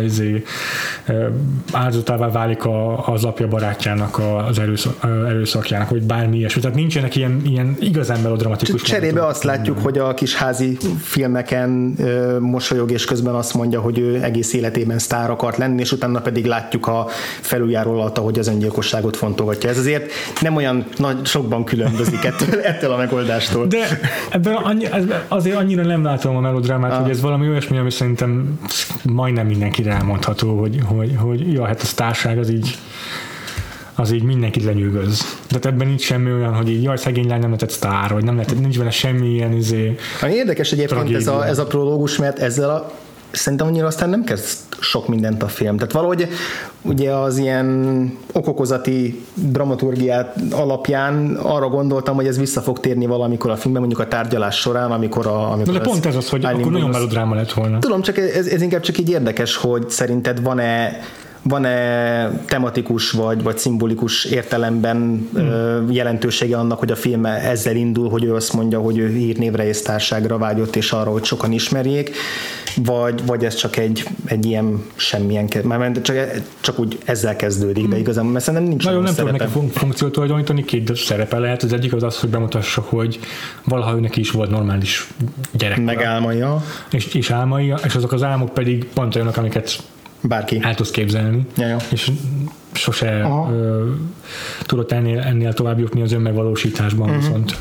áldozatává válik a, az apja barátjának az erőszak, erőszakjának, vagy bármi ilyesmi. Tehát nincsenek ilyen, ilyen igazán melodramatikus. Cserébe azt látjuk, hogy a kis házi filmeken ö, mosolyog, és közben azt mondja, hogy ő egész életében sztár akart lenni, és utána pedig látjuk a felüljáró alatt, hogy az öngyilkosságot fontolgatja. Ez azért nem olyan nagy, sokban különbözik ettől, ettől a megoldástól. De ebben annyi, azért annyira nem látom a melodrámát, ah. hogy ez valami olyasmi, ami szerintem majdnem mindenkire elmondható, hogy, hogy, hogy ja, hát a sztárság az így az így mindenkit lenyűgöz. De ebben nincs semmi olyan, hogy így jaj, szegény lány nem lehetett sztár, vagy nem lehetett, nincs benne semmi ilyen izé, ami érdekes egyébként ez a, ez a prológus, mert ezzel a szerintem annyira aztán nem kezd sok mindent a film. Tehát valahogy ugye az ilyen okokozati dramaturgiát alapján arra gondoltam, hogy ez vissza fog térni valamikor a filmben, mondjuk a tárgyalás során, amikor a... Amikor de pont ez az, hogy akkor nagyon melodráma lett volna. Tudom, csak ez, ez inkább csak így érdekes, hogy szerinted van-e van-e tematikus vagy, vagy szimbolikus értelemben hmm. jelentősége annak, hogy a film ezzel indul, hogy ő azt mondja, hogy ő hírnévre és sztárságra vágyott, és arra, hogy sokan ismerjék, vagy, vagy ez csak egy, egy ilyen semmilyen, már csak, csak úgy ezzel kezdődik, de igazából, mert szerintem nincs nagyon nem szerepe. Nem tudom neki funkciót tulajdonítani, két szerepe lehet, az egyik az az, hogy bemutassa, hogy valaha ő neki is volt normális gyerek. Meg álmaia. És, és álmaia, és azok az álmok pedig pont olyanok, amiket bárki el tudsz képzelni, ja, és sose ö, tudott ennél, ennél tovább jutni az önmegvalósításban uh-huh. viszont.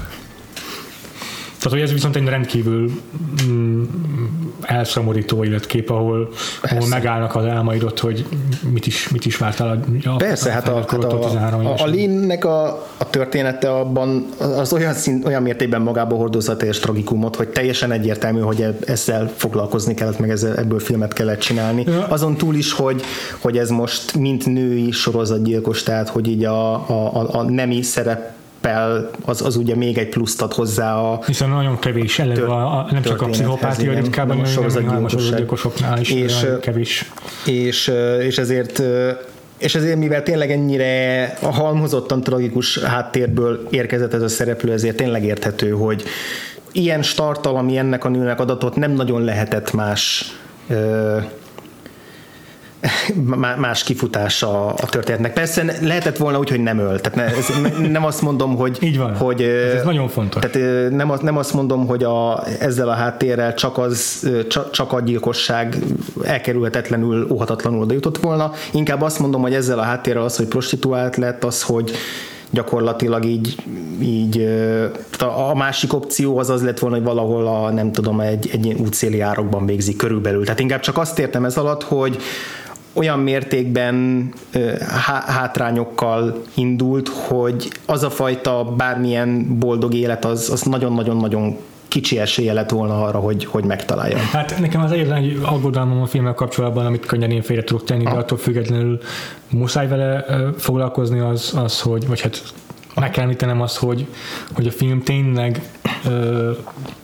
Tehát, hogy ez viszont egy rendkívül mm, elszomorító életkép, ahol, ahol megállnak az álmaidot, hogy mit is, mit is vártál a, a Persze, a, hát a, hát a, a, a Lynn-nek a, a története abban az olyan, szín, olyan mértékben magába hordozza teljes tragikumot, hogy teljesen egyértelmű, hogy ezzel foglalkozni kellett, meg ezzel, ebből filmet kellett csinálni. Ja. Azon túl is, hogy, hogy ez most mint női sorozatgyilkos, tehát hogy így a, a, a, a nemi szerep szereppel, az, az ugye még egy pluszt ad hozzá a hiszen nagyon kevés eleve, a, nem csak a pszichopátia ritkában, hanem a sorozatgyilkosoknál is és, kevés. És, és ezért és ezért, mivel tényleg ennyire a halmozottan tragikus háttérből érkezett ez a szereplő, ezért tényleg érthető, hogy ilyen starttal, ami ennek a nőnek adatot, nem nagyon lehetett más más kifutása a történetnek. Persze lehetett volna úgy, hogy nem öl. Tehát ne, ez, nem azt mondom, hogy... Így van. Hogy, ez nagyon fontos. Tehát nem, nem azt mondom, hogy a, ezzel a háttérrel csak, az, csak, csak a gyilkosság elkerülhetetlenül, óhatatlanul oda jutott volna. Inkább azt mondom, hogy ezzel a háttérrel az, hogy prostituált lett, az, hogy gyakorlatilag így, így a másik opció az az lett volna, hogy valahol a, nem tudom, egy, egy ilyen útszéli árokban végzik körülbelül. Tehát inkább csak azt értem ez alatt, hogy olyan mértékben há- hátrányokkal indult, hogy az a fajta bármilyen boldog élet az, az nagyon-nagyon-nagyon kicsi esélye lett volna arra, hogy, hogy megtalálja. Hát nekem az egyetlen egy aggodalmam a filmmel kapcsolatban, amit könnyen én félre tudok tenni, de attól függetlenül muszáj vele foglalkozni az, az hogy, vagy hát meg kell említenem azt, hogy, hogy a film tényleg ö,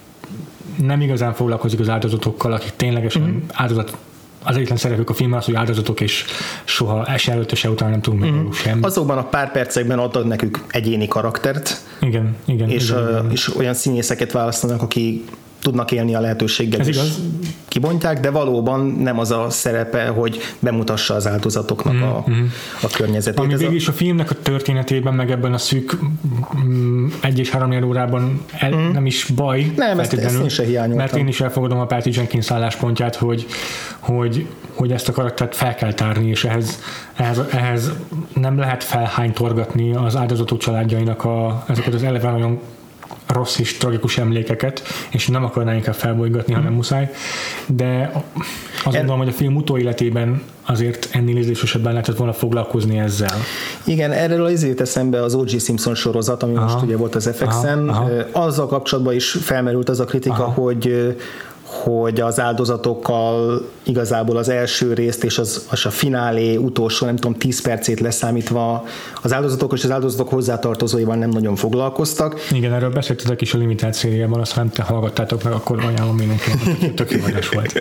nem igazán foglalkozik az áldozatokkal, akik ténylegesen mm. áldozat. Az egyetlen szerepük a filmben az, hogy áldozatok, és soha se előtte, se után nem tudunk meg mm. semmi. Azokban a pár percekben adnak nekük egyéni karaktert. Igen, igen. És, igen, a, igen. és olyan színészeket választanak, aki tudnak élni a lehetőséggel, ez és igaz. Kibontják, de valóban nem az a szerepe, hogy bemutassa az áldozatoknak mm, a, mm. a környezetét. Ami végig is a filmnek a történetében, meg ebben a szűk egy és három órában el, mm. nem is baj. Nem, ezt, ezt én se hiányoltam. Mert én is elfogadom a Patty Jenkins álláspontját, hogy, hogy, hogy ezt a karaktert fel kell tárni, és ehhez, ehhez, ehhez nem lehet felhánytorgatni az áldozatok családjainak a, ezeket az eleve nagyon rossz és tragikus emlékeket, és nem akarná inkább felbolygatni, hanem muszáj. De azt gondolom, hogy a film utóéletében azért ennél ízlésesebben lehetett volna foglalkozni ezzel. Igen, erről az izét eszembe az o gé Simpson sorozat, ami aha, most ugye volt az ef iksz-en. Aha, aha. Azzal kapcsolatban is felmerült az a kritika, aha. hogy hogy az áldozatokkal igazából az első részt és az, az a finálé utolsó, nem tudom, tíz percét leszámítva az áldozatok és az áldozatok hozzátartozóival nem nagyon foglalkoztak. Igen, erről beszéltetek is a limitált szériában, azt nem te hallgattátok meg, akkor ajánlom mindenkinek, tök jó adás volt.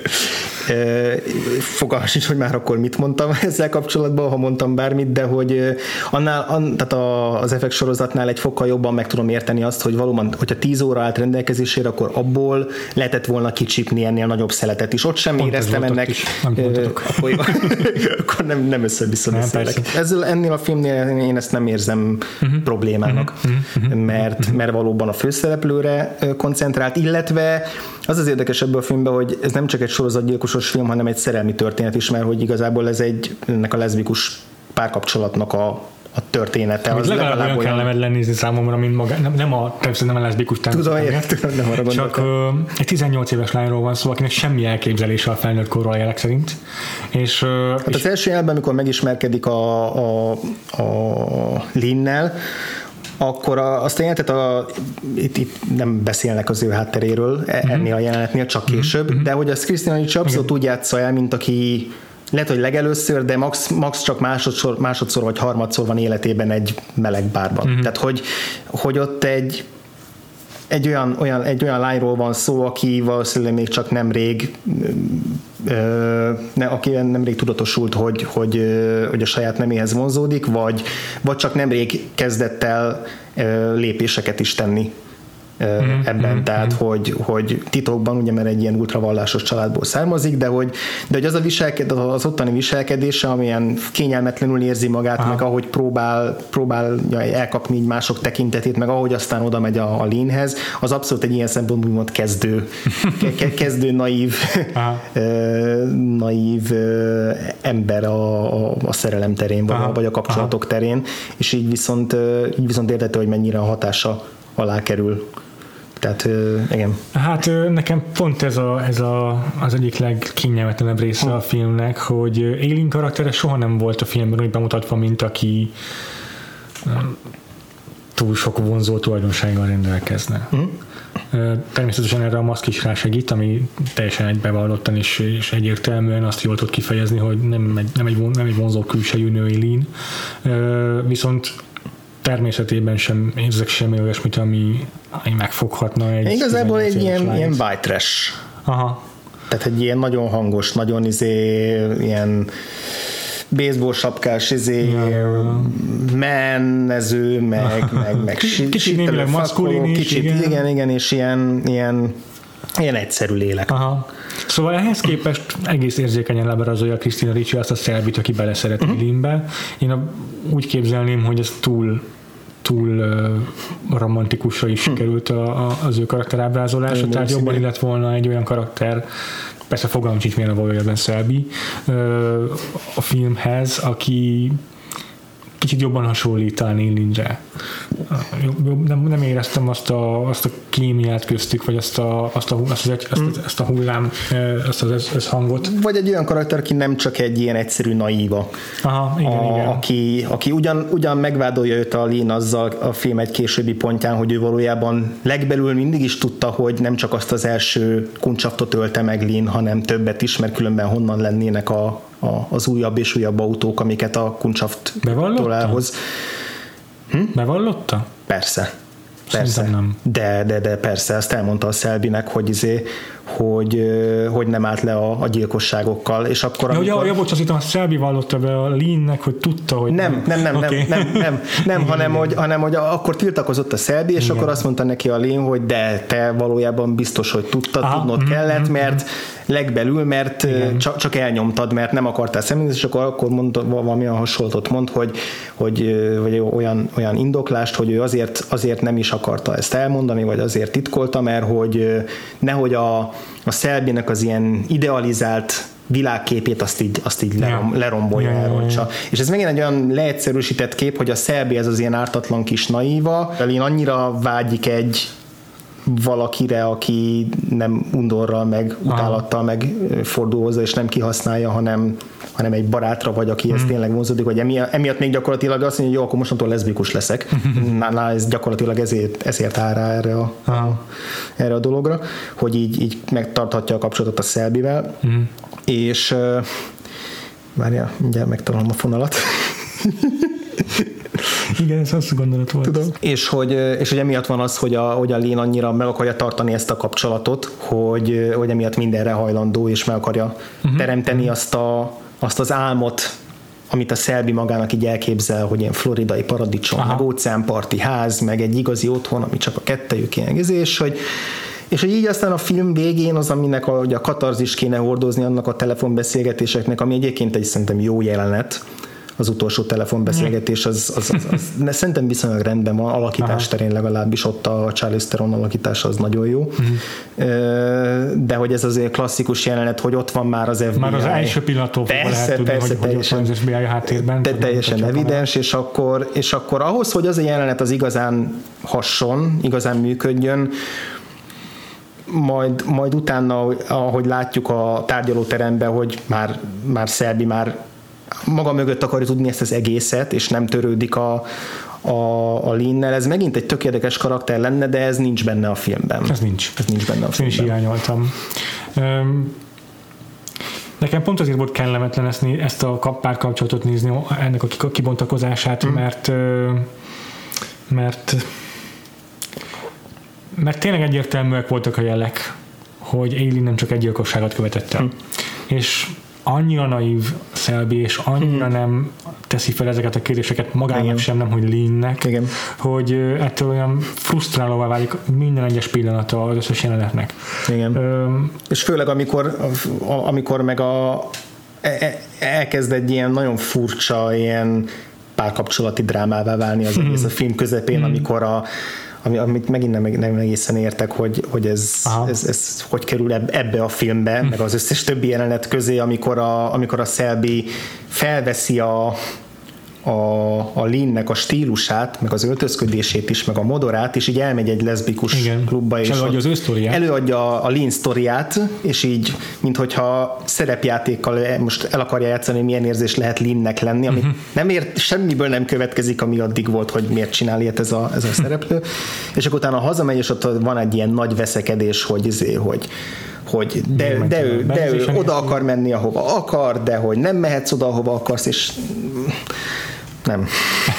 Fogalmas is, hogy már akkor mit mondtam ezzel kapcsolatban, ha mondtam bármit, de hogy annál, an, tehát az ef iksz sorozatnál egy fokkal jobban meg tudom érteni azt, hogy valóban, hogyha tíz óra állt rendelkezésére, akkor abból lehetett volna kicsípni ennél nagyobb szeletet is. Ott sem pont éreztem ennek, akkor, akkor nem, nem össze-vissza beszélek. Ezzel ennél a filmnél én ezt nem érzem uh-huh. problémának, uh-huh. mert, mert valóban a főszereplőre koncentrált, illetve az az érdekes ebből a filmben, hogy ez nem csak egy sorozatgyilkosos film, hanem egy szerelmi történet is, mert hogy igazából ez egy ennek a leszbikus párkapcsolatnak a, a története. Az legalább olyan kellemetlen nézni számomra, mint maga, nem, nem a, természetesen nem a leszbikus természetesen. Tudom, tudom, nem arra csak ö, egy tizennyolc éves lányról van szó, akinek semmi elképzelése a felnőtt korról a jelek szerint. És, ö, hát és az első jelben, amikor megismerkedik a, a, a Lynn-nel, akkor a, azt a jelenetet, a, itt, itt nem beszélnek az ő hátteréről ennél uh-huh. a jelenetnél, csak később, uh-huh. de hogy az Christina Ricci abszolút úgy játsza el, mint aki lehet, hogy legelőször, de max, max csak másodszor, másodszor vagy harmadszor van életében egy meleg bárban. Uh-huh. Tehát, hogy, hogy ott egy egy olyan, olyan, egy olyan lányról van szó, aki valószínűleg még csak nemrég ö, ne, aki nemrég tudatosult, hogy, hogy, hogy a saját neméhez vonzódik, vagy, vagy csak nemrég kezdett el ö, lépéseket is tenni mm-hmm. ebben, tehát mm-hmm. hogy, hogy titokban, ugye mert egy ilyen ultravallásos családból származik, de hogy, de hogy az a viselked, az ottani viselkedése, amilyen kényelmetlenül érzi magát, aha. meg ahogy próbál, próbál elkapni mások tekintetét, meg ahogy aztán oda megy a, a Lynhez, az abszolút egy ilyen szempontból úgymond kezdő, kezdő naív, naív ember a, a, a szerelem terén, vagy, vagy a kapcsolatok aha. terén, és így viszont, így viszont értető, hogy mennyire a hatása alá kerül. Tehát, igen. Hát nekem pont ez, a, ez a, az egyik legkényelmetlenebb része a filmnek, hogy Aileen karaktere soha nem volt a filmben úgy bemutatva, mint aki túl sok vonzó tulajdonsággal rendelkezne. Mm. Természetesen erre a maszk is rásegít, ami teljesen egybevallottan és, és egyértelműen azt jól tud kifejezni, hogy nem egy, nem egy, nem egy vonzó külsejű nő Aileen. Viszont természetében sem érzek semmi olyasmit, ami, ami megfoghatna egy... Igazából egy ilyen, ilyen white trash. Aha. Tehát egy ilyen nagyon hangos, nagyon izé, ilyen baseball sapkás, izé, ja. mennező, meg, meg, meg kicsit némileg maszkulin is, kicsit, igen. igen, igen, és ilyen, ilyen, ilyen egyszerű lélek. Aha. Szóval ehhez képest egész érzékenyen leberazolja Christina Ricci azt a Szelbit, aki beleszeret uh-huh. Lynn-be. Én a, úgy képzelném, hogy ez túl túl uh, romantikusra is sikerült a, a, az ő karakterábrázolása, tehát jobban illet volna egy olyan karakter, persze fogalmam sincs, milyen a valójában Szelbi uh, a filmhez, aki kicsit jobban hasonlít talán Lynn-re. Nem, nem éreztem azt a, azt a kémiát köztük, vagy azt a, azt a, azt a, azt a, azt a hullám, azt az összhangot. Vagy egy olyan karakter, aki nem csak egy ilyen egyszerű naíva. Aha, igen, a, igen. Aki, aki ugyan, ugyan megvádolja őt a Lynn azzal a film egy későbbi pontján, hogy ő valójában legbelül mindig is tudta, hogy nem csak azt az első kuncsaftot ölte meg Lynn, hanem többet is, mert különben honnan lennének a A, az újabb és újabb autók, amiket a kuncsafttól elhoz. Hm? Bevallotta? Persze. Persze. Nem. De, de, de persze, ezt elmondta a Szelbinek, hogy, izé, hogy, hogy nem állt le a, a gyilkosságokkal, és akkor ja, amikor... Ja, bocs, azt hittem, a Szelbi vallotta be a Lynn-nek, hogy tudta, hogy... Nem, nem, nem, okay. nem, nem, nem, nem igen, hanem, igen. Hogy, hanem, hogy akkor tiltakozott a Szelbi, és igen. Akkor azt mondta neki a Lynn, hogy de te valójában biztos, hogy tudtad, aha, tudnod mm, kellett, mm, mert legbelül, mert csak, csak elnyomtad, mert nem akartál szemlélni, és akkor, akkor mondta, valamilyen hasonlót mond, hogy, hogy vagy olyan, olyan indoklást, hogy ő azért, azért nem is akarta ezt elmondani, vagy azért titkolta, mert hogy nehogy a, a Szelbinek az ilyen idealizált világképét azt így, azt így lerom, lerombolja, ja, elrontsa. Ja, ja. És ez megint egy olyan leegyszerűsített kép, hogy a Szelbi ez az ilyen ártatlan kis naíva, én annyira vágyik egy valakire, aki nem undorral, meg utálattal meg fordul hozzá, és nem kihasználja, hanem, hanem egy barátra vagy, aki ez mm. tényleg vonzódik, hogy emiatt, emiatt még gyakorlatilag azt mondja, hogy jó, akkor mostantól leszbikus leszek. na, na, ez gyakorlatilag ezért, ezért áll rá erre a, a, erre a dologra, hogy így, így megtarthatja a kapcsolatot a Szelbivel, mm. és uh, várjál, mindjárt megtalálom a fonalat. Igen, ez azt gondolat volt. Tudom. És hogy, és hogy emiatt van az, hogy a, hogy a Lynn annyira meg akarja tartani ezt a kapcsolatot, hogy, hogy emiatt mindenre hajlandó, és meg akarja uh-huh. teremteni azt, a, azt az álmot, amit a Szelbi magának így elképzel, hogy ilyen floridai paradicsom, aha. meg óceánparti ház, meg egy igazi otthon, ami csak a kettejük ilyen és hogy és hogy így aztán a film végén az, aminek a, a katarzis kéne hordozni annak a telefonbeszélgetéseknek, ami egyébként egy szerintem jó jelenet, az utolsó telefonbeszélgetés, az, az, az, az, az szerintem viszonylag rendben van, alakítás terén legalábbis ott a Charlize Theron alakítása az nagyon jó. Uh-huh. De hogy ez azért klasszikus jelenet, hogy ott van már az ef bé i. Már az első pillanattól fogva lehet tudni, persze, hogy, teljesen, hogy az ef bé i a háttérben. Te, teljesen evidens, és akkor, és akkor ahhoz, hogy az a jelenet az igazán hasson, igazán működjön, majd, majd utána, ahogy látjuk a tárgyalóteremben, hogy már, már Szelbi már maga mögött akarja tudni ezt az egészet, és nem törődik a, a, a Lynn-nel. Ez megint egy tök érdekes karakter lenne, de ez nincs benne a filmben. Ez nincs. Ez nincs benne a filmben. Én is hiányoltam. Um, nekem pont azért volt kellemetlen ezt, ezt a párkapcsolatot nézni, ennek a kibontakozását, hmm. mert mert mert tényleg egyértelműek voltak a jelek, hogy Aileen nem csak egy gyilkosságot követett el. Hmm. És annyira naív Szelbi, és annyira hmm. nem teszi fel ezeket a kérdéseket magának igen. sem, nem, hogy Lynn-nek, igen. hogy ettől olyan frusztrálóvá válik minden egyes pillanata az összes jelenetnek. Igen. Öm, és főleg amikor, amikor meg a, elkezd egy ilyen nagyon furcsa ilyen párkapcsolati drámává válni az egész hmm. a film közepén, hmm. amikor a Ami, amit megint nem, nem egészen értek, hogy, hogy ez, ez, ez hogy kerül ebbe a filmbe, hm. meg az összes többi jelenet közé, amikor a, amikor a Szelbi felveszi a, a, a Lynn-nek a stílusát, meg az öltözködését is, meg a modorát, és így elmegy egy leszbikus igen. klubba, és előadja az ő sztoriát. Előadja a Lynn sztoriát, és így, minthogyha szerepjátékkal most el akarja játszani, milyen érzés lehet Lynn-nek lenni, ami uh-huh. nem ért, semmiből nem következik, ami addig volt, hogy miért csinál ilyet ez a, ez a szereplő. És akkor utána hazamegy, és ott van egy ilyen nagy veszekedés, hogy izé, hogy hogy de, de, ő, de ő oda akar menni, ahova akar, de hogy nem mehetsz oda, ahova akarsz, és Nem.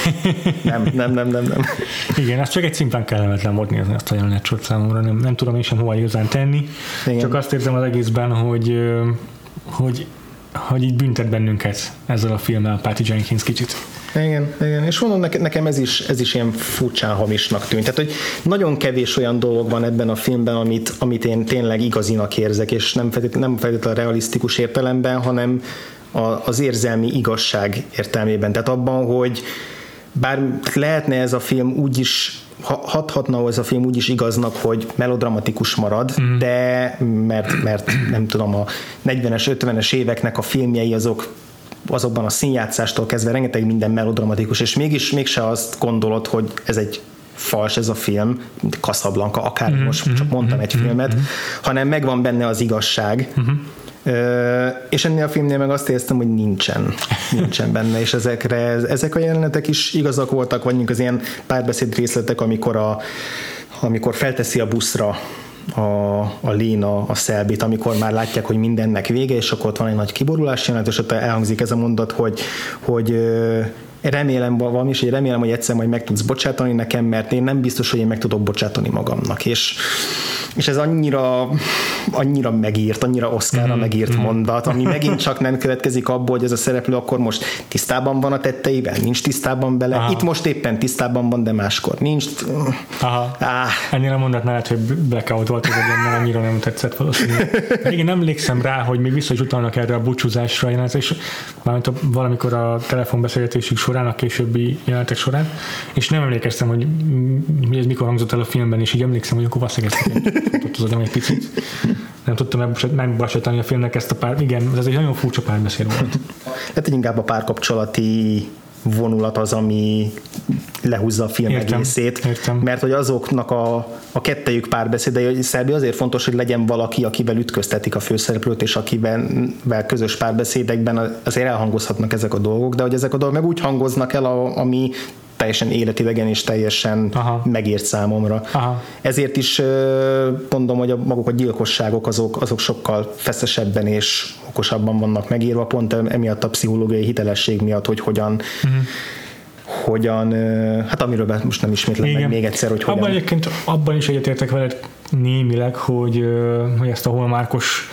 nem, nem, nem, nem, nem. Igen, ez csak egy szimplán kellemetlen volt nézni azt a jelenet számomra, nem, nem tudom én sem hova igazán tenni. Igen. Csak azt érzem az egészben, hogy, hogy, hogy így büntet bennünket ezzel a filmmel Patty Jenkins kicsit. Igen, igen, és mondom, nekem ez is, ez is ilyen furcsán hamisnak tűnt. Tehát, hogy nagyon kevés olyan dolog van ebben a filmben, amit, amit én tényleg igazinak érzek, és nem feltétlenül, nem feltétlenül realisztikus értelemben, hanem a, az érzelmi igazság értelmében. Tehát abban, hogy bár lehetne ez a film úgy is, hathatna ez a film úgy is igaznak, hogy melodramatikus marad, mm. de mert, mert nem tudom, a negyvenes, ötvenes éveknek a filmjei azok azokban a színjátszástól kezdve rengeteg minden melodramatikus, és mégis mégse azt gondolod, hogy ez egy fals ez a film, Casablanca, akár mm-hmm, most csak mondtam egy mm-hmm, filmet, mm-hmm. hanem megvan benne az igazság, mm-hmm. Ö, és ennél a filmnél meg azt éreztem, hogy nincsen, nincsen benne, és ezekre, ezek a jelenetek is igazak voltak, vagy mondjuk az ilyen párbeszéd részletek, amikor, a, amikor felteszi a buszra a, a Léna a Szelbit, amikor már látják, hogy mindennek vége, és akkor ott van egy nagy kiborulás jelenet, és ott elhangzik ez a mondat, hogy, hogy remélem valami is, hogy remélem, hogy egyszer majd meg tudsz bocsátani nekem, mert én nem biztos, hogy én meg tudok bocsátani magamnak, és, és ez annyira, annyira megírt, annyira Oscarra mm-hmm. megírt mondat, ami megint csak nem következik abból, hogy ez a szereplő akkor most tisztában van a tetteiben, nincs tisztában bele, aha. Itt most éppen tisztában van, de máskor nincs. Aha. Ah. Ennél a mondat mellett, hogy blackout volt, mert annyira nem tetszett valószínűleg. Igen, emlékszem rá, hogy még vissza is utalnak erre a búcsúzásra jelenet, és mármint valamikor a telefonbeszélgetésük során, a későbbi jelenetek során, és nem emlékeztem, hogy ez mikor hangzott el a filmben, és így emlékszem, hogy akkor vasszegeztek egy, egy picit. Nem tudtam megbasítani a filmnek ezt a pár, igen, ez egy nagyon furcsa párbeszéd volt. Hát inkább a párkapcsolati vonulat az, ami lehúzza a film értem, egészét, értem. Mert hogy azoknak a, a kettejük párbeszédei, Szelbi azért fontos, hogy legyen valaki, akivel ütköztetik a főszereplőt, és akivel közös párbeszédekben azért elhangozhatnak ezek a dolgok, de hogy ezek a dolgok meg úgy hangoznak el, a, ami teljesen életidegen és teljesen aha. megért számomra. Aha. Ezért is mondom, hogy a, maguk a gyilkosságok azok, azok sokkal feszesebben és okosabban vannak megírva, pont emiatt a pszichológiai hitelesség miatt, hogy hogyan uh-huh. hogyan, hát amiről most nem ismétlem meg még egyszer, hogy hogyan. Abban egyébként, abban is egyetértek veled némileg, hogy, hogy ezt a holmárkos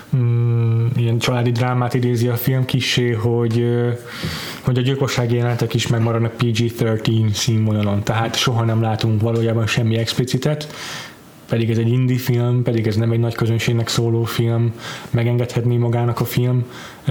mm, ilyen családi drámát idézi a film kissé, hogy, hogy a gyilkossági jelenetek is megmaradnak pé gé tizenhárom színvonalon, tehát soha nem látunk valójában semmi explicitet, pedig ez egy indie film, pedig ez nem egy nagy közönségnek szóló film, megengedhetné magának a film,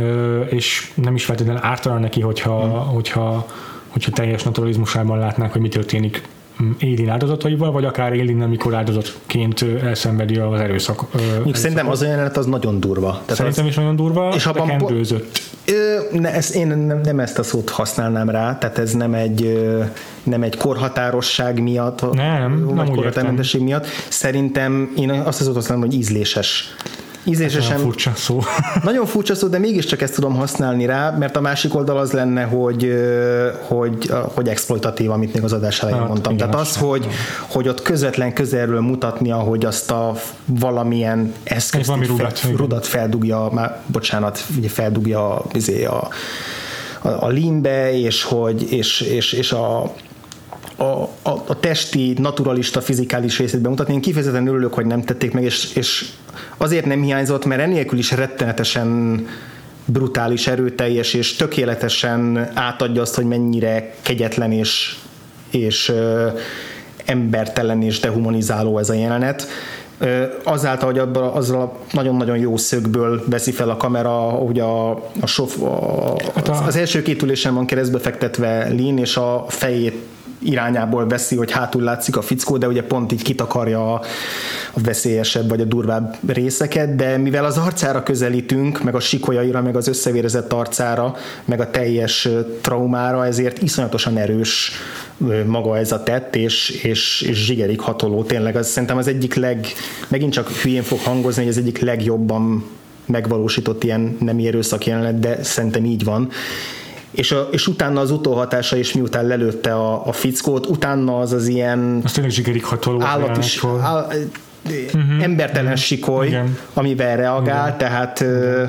és nem is feltétlenül ártalan neki, hogyha, hmm. hogyha, hogyha teljes naturalizmusában látnák, hogy mi történik Élin áldozataival, vagy akár Élin, amikor áldozatként elszenvedi az erőszak. erőszak. Szerintem az a jelenet az nagyon durva. Tehát Szerintem az, is nagyon durva, és de kendőzött. Ne, ez, én nem, nem ezt a szót használnám rá, tehát ez nem egy, nem egy korhatárosság miatt, nem, vagy korhatármentesség miatt. Szerintem én azt az használom, hogy ízléses. Ízlésesen, nagyon furcsa szó. Nagyon furcsa szó, de mégiscsak ezt tudom használni rá, mert a másik oldal az lenne, hogy, hogy, hogy exploitatív, amit még az adás elején hát, mondtam. Igen, tehát az, hogy, hogy ott közvetlen közelről mutatnia, hogy azt a valamilyen eszközt valami rudat, fel, rudat feldugja, már, bocsánat, ugye feldugja a, a, a, a limbe, és, hogy, és, és, és a A, a, a testi, naturalista, fizikális részét bemutatni. Én kifejezetten örülök, hogy nem tették meg, és, és azért nem hiányzott, mert enélkül is rettenetesen brutális, erőteljes, és tökéletesen átadja azt, hogy mennyire kegyetlen és, és ö, embertelen és dehumanizáló ez a jelenet. Azáltal, hogy abban, azzal a nagyon-nagyon jó szögből veszi fel a kamera, hogy a, a sof, a, az, az első két ülésen van keresztbe fektetve Lynn, és a fejét irányából veszi, hogy hátul látszik a fickó, de ugye pont így kitakarja a, a veszélyesebb vagy a durvább részeket, de mivel az arcára közelítünk, meg a sikolyaira, meg az összevérezett arcára, meg a teljes traumára, ezért iszonyatosan erős maga ez a tett, és, és, és zsigerig hatoló. Tényleg az, szerintem az egyik leg, megint csak hülyén fog hangozni, hogy az egyik legjobban megvalósított ilyen nemi erőszak jelenet, de szerintem így van. És, a, és utána az utóhatása is, miután lelőtte a, a fickót, utána az az ilyen az tényleg zsigerig hatoló állat is, áll, uh-huh. embertelen uh-huh. sikoly, igen. amivel reagál, igen. tehát uh,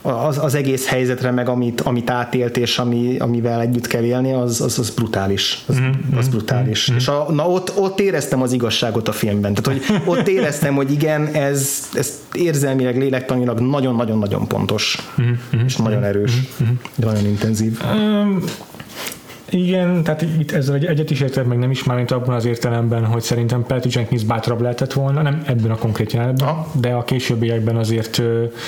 az, az egész helyzetre, meg amit, amit átélt, és ami, amivel együtt kell élni, az, az, az brutális. Az, mm-hmm. az brutális. Mm-hmm. És a, na ott, ott éreztem az igazságot a filmben. Tehát, hogy ott éreztem, hogy igen, ez, ez érzelmileg, lélektanilag nagyon-nagyon-nagyon pontos. Mm-hmm. És nagyon erős. Mm-hmm. Nagyon intenzív. Um, igen, tehát itt ezzel egyet is értek, meg nem is már, mint abban az értelemben, hogy szerintem Patty Jenkins bátrabb lehetett volna, nem ebben a konkrét jelenetben, ah. de a későbbiekben azért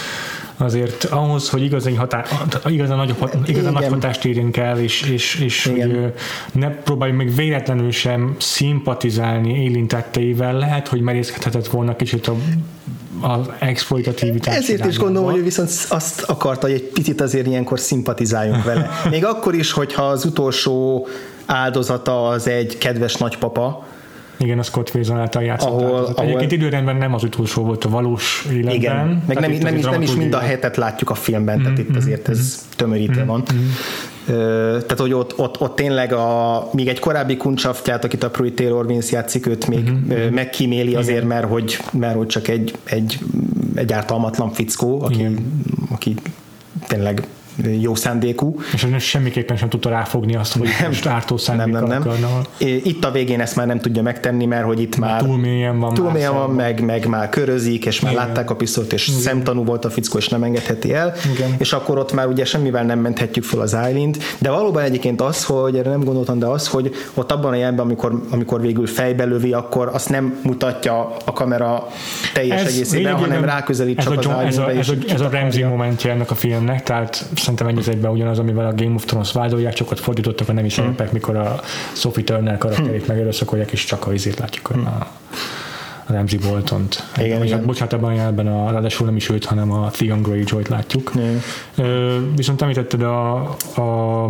azért ahhoz, hogy igazán, hatá, igazán, nagy, igazán nagy hatást érjünk el, és, és, és hogy ne próbáljuk meg véletlenül sem szimpatizálni Aileen tetteivel, lehet, hogy merészkedhetett volna kicsit a az exploitativitás. Ezért is gondolom, hogy ő viszont azt akarta, hogy egy picit azért ilyenkor szimpatizáljunk vele. Még akkor is, hogyha az utolsó áldozata az egy kedves nagypapa. Igen, a Scott Wilson által játszott. Ahol, ahol... Egyébként időrendben nem az utolsó volt a valós életben. Igen, meg nem, nem, is, nem is mind a hetet látjuk a filmben, mm-hmm. tehát itt azért ez mm-hmm. tömörítve mm-hmm. van. Uh, tehát, hogy ott, ott, ott tényleg a, még egy korábbi kuncsaftyát, akit a Pruitt Taylor Vince játszik, őt még uh, megkíméli azért, mert hogy, mert hogy csak egy, egy, egy ártalmatlan fickó, aki, aki tényleg jó szándékú. És ez semmiképpen sem tudta ráfogni azt, hogy nem, most ártó szándékkal akarna. Itt a végén ezt már nem tudja megtenni, mert hogy itt már túl mélyen van, túl mélyen van meg, meg már körözik, és már igen. látták a pisztolyt, és igen. szemtanú volt a fickó, és nem engedheti el. Igen. És akkor ott már ugye semmivel nem menthetjük fel az Aileent. De valóban egyébként az, hogy erre nem gondoltam, de az, hogy ott abban a jelenben, amikor, amikor végül fejbe lövi, akkor azt nem mutatja a kamera teljes ez egészében, hanem ráközelít csak az Aileenre. Ez a, a, ez a Ramsey momentje ennek a filmnek, tehát szerintem egy az egyben ugyanaz, amivel a Game of Thrones vádolják, csak ott fordítottak a nemi szerepek, hmm. mikor a Sophie Turner karakterét hmm. megerőszakolják, és csak a izét látjuk hmm. a, a Ramsey Boltont. Igen, hát, igen. Bocsánat, abban a jelenben a, ráadásul nem is őt, hanem a Theon Greyjoy-t látjuk. Hmm. Ö, viszont említetted a, a,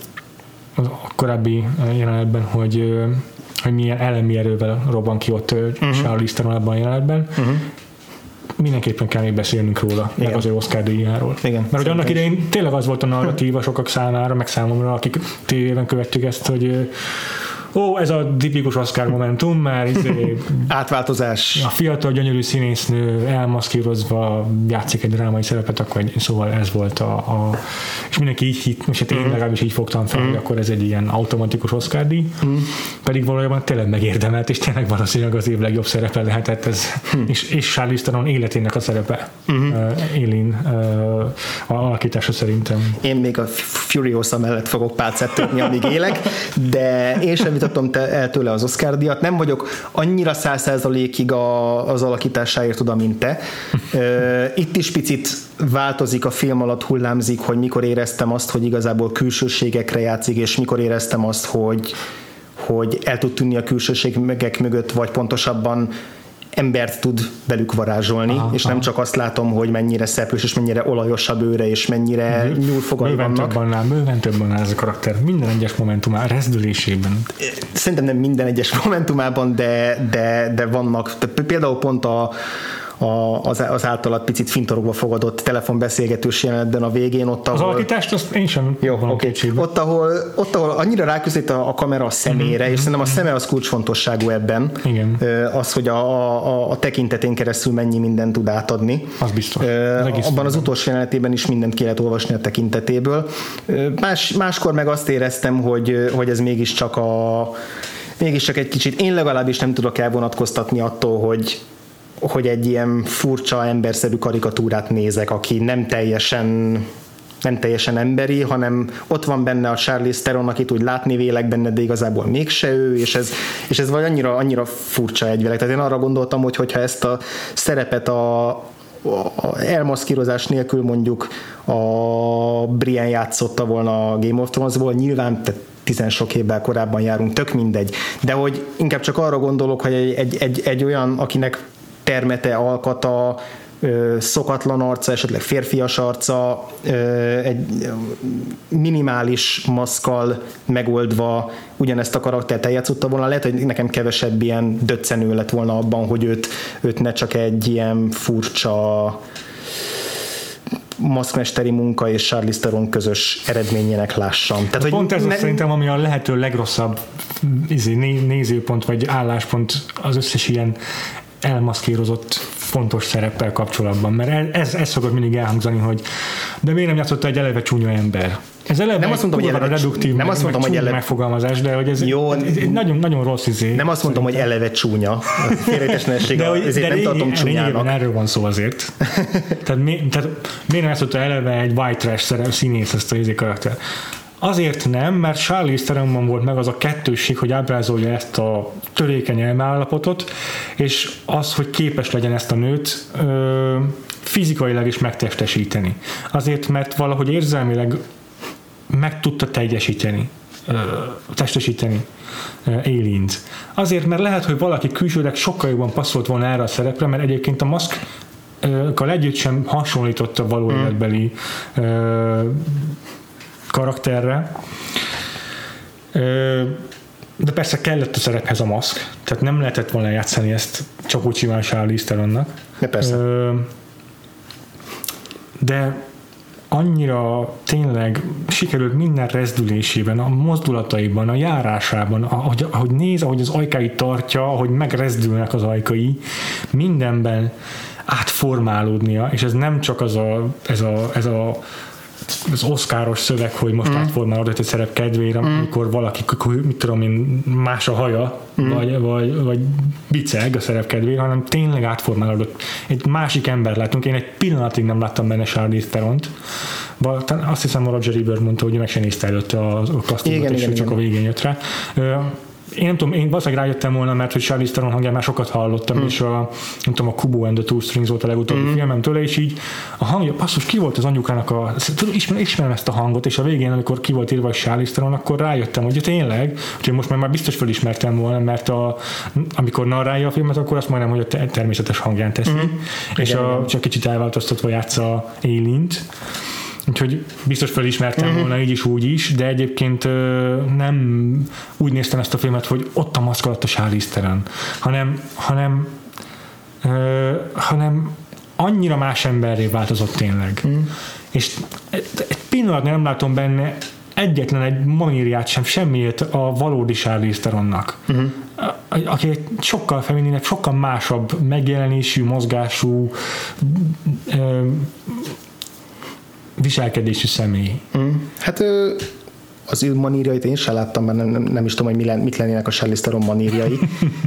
a korábbi jelenetben, hogy, hogy milyen elemi erővel robban ki ott uh-huh. Charlize Theron abban a jelenetben. Uh-huh. Mindenképpen kell még beszélnünk róla, igen. meg az ő Oscar díjáról. Igen, mert hogy annak idején tényleg az volt a narratíva sokak számára, meg számomra, akik tévében követtük ezt, hogy ó, ez a tipikus Oscar momentum, mert izé, átváltozás. A fiatal, gyönyörű színésznő elmaszkírozva játszik egy drámai szerepet, akkor egy, szóval ez volt a, a és mindenki így hitt, most hát én legalábbis így fogtam fel, mm. hogy akkor ez egy ilyen automatikus Oscar díj, mm. pedig valójában tényleg megérdemelt, és tényleg valószínűleg az év legjobb szerepe lehetett ez, mm. és, és Charlize Theron életének a szerepe, mm. uh, Aileen uh, alakítása szerintem. Én még a Furiosa mellett fogok pálcát törni, amíg élek, de én sem vitattam el tőle az Oscar díjat. Nem vagyok annyira száz százalékig az alakításáért oda, mint te. Itt is picit változik a film alatt, hullámzik, hogy mikor éreztem azt, hogy igazából külsőségekre játszik, és mikor éreztem azt, hogy, hogy el tud tűnni a külsőségek mögött, vagy pontosabban embert tud velük varázsolni, aha, és aha. nem csak azt látom, hogy mennyire szeplős, és mennyire olajos a bőre, és mennyire mm-hmm. nyúlfogai bőven vannak. Több annál, bőven több annál ez a karakter. Minden egyes momentumában, rezdülésében. Szerintem nem minden egyes momentumában, de, de, de vannak. Például pont a A, az, az általad picit fintorogva fogadott telefonbeszélgetős jelenetben a végén. Ott, ahol, az alakítást azt én sem jó, okay. ott, ahol, ott, ahol annyira ráközelít a, a kamera a szemére, mm-hmm. és szerintem a szeme az kulcsfontosságú ebben. Igen. Az, hogy a, a, a tekintetén keresztül mennyi mindent tud átadni. Az biztos. Az abban az utolsó jelenetében is mindent ki lehet olvasni a tekintetéből. Más, máskor meg azt éreztem, hogy, hogy ez mégiscsak a mégiscsak egy kicsit, én legalábbis nem tudok elvonatkoztatni attól, hogy hogy egy ilyen furcsa, emberszerű karikatúrát nézek, aki nem teljesen nem teljesen emberi, hanem ott van benne a Charlize Theron, akit úgy látni vélek benne, de igazából mégse ő, és ez, és ez vagy annyira, annyira furcsa egyvelek. Tehát én arra gondoltam, hogy hogyha ezt a szerepet a, a elmaszkírozás nélkül mondjuk a Brienne játszotta volna a Game of Thrones-ból, nyilván tehát tizen sok évvel korábban járunk, tök mindegy. De hogy inkább csak arra gondolok, hogy egy, egy, egy, egy olyan, akinek termete, alkata, szokatlan arca, esetleg férfias arca, egy minimális maszkkal megoldva ugyanezt a karaktert eljátszotta volna. Lehet, hogy nekem kevesebb ilyen döccenő lett volna abban, hogy őt, őt ne csak egy ilyen furcsa maszkmesteri munka és Charlize Theron közös eredményének lássam. Tehát, pont ez ne... az szerintem, ami a lehető legrosszabb nézőpont vagy álláspont az összes ilyen elmaszkírozott fontos szereppel kapcsolatban, mert ez, ez szokott mindig elhangzani, hogy de miért nem játszotta egy eleve csúnya ember? Ez eleve nem azt mondtam, hogy eleve reduktív, nem azt mondtam, hogy eleve megfogalmazás, de hogy ez, jó, ez, ez nagyon, nagyon rossz izé. Nem azt mondtam, hogy eleve csúnya. Félrejtesnesség, ezért nem tartom csúnyának. Erről van szó azért. tehát, mi, tehát miért nem játszotta eleve egy white trash szerep, színész ezt a izé karakter? Azért nem, mert Charlize Theronban volt meg az a kettősség, hogy ábrázolja ezt a törékeny elmeállapotot, és az, hogy képes legyen ezt a nőt ö, fizikailag is megtestesíteni. Azért, mert valahogy érzelmileg meg tudta teljesíteni, ö, testesíteni Alient. Azért, mert lehet, hogy valaki külsőleg sokkal jobban passzolt volna erre a szerepre, mert egyébként a maszkkal együtt sem hasonlította való mm. életbeli ö, karakterre. De persze kellett a szerephez a maszk, tehát nem lehetett volna játszani ezt csak úgy simán Charlize Theronnak. De persze. De annyira tényleg sikerült minden rezdülésében, a mozdulataiban, a járásában, ahogy, ahogy néz, ahogy az ajkáit tartja, ahogy megrezdülnek az ajkai, mindenben átformálódnia, és ez nem csak az a, ez a, ez a az oszkáros szöveg, hogy most mm. átformálódott egy szerep kedvére, mm. amikor valaki, mit tudom én, más a haja, mm. vagy, vagy, vagy biceg a szerep kedvére, hanem tényleg átformálódott. Egy másik ember látunk, én egy pillanatig nem láttam benne Charlize Theront, azt hiszem a Roger Ebert mondta, hogy meg se nézte előtte a, a castingot, és igen, csak igen. a végén jött rá. Én nem tudom, én valószínűleg rájöttem volna, mert hogy Charlize Theron hangján már sokat hallottam, mm. és a, nem tudom, a Kubo and the Two Strings volt a legutóbbi mm. filmem tőle, és így a hangja, passzus, ki volt az anyukának a, tudom, ismerem, ismerem ezt a hangot, és a végén, amikor ki volt írva, hogy Charlize Theron, akkor rájöttem, hogy tényleg, úgyhogy most már, már biztos felismertem volna, mert a, amikor narrálja a filmet, akkor azt majdnem, hogy a természetes hangján teszi, mm. és igen, a, csak kicsit elváltoztatva játsza Alient. Úgyhogy biztos felismertem uh-huh. volna így is, úgy is, de egyébként nem úgy néztem ezt a filmet, hogy ott a maszk alatt a Charlize Theron, hanem, hanem, ö, hanem annyira más emberré változott tényleg. Uh-huh. És egy, egy pillanat nem látom benne egyetlen egy manírját sem, semmiért a valódi Charlize Theronnak. Uh-huh. Aki egy sokkal femininebb, sokkal másabb megjelenésű, mozgású, ö, viselkedésű személy. Mm. Hát az ő manírjait én sem láttam, mert nem, nem, nem is tudom, hogy mi len, mit lennének a Charlize Theron manírjai.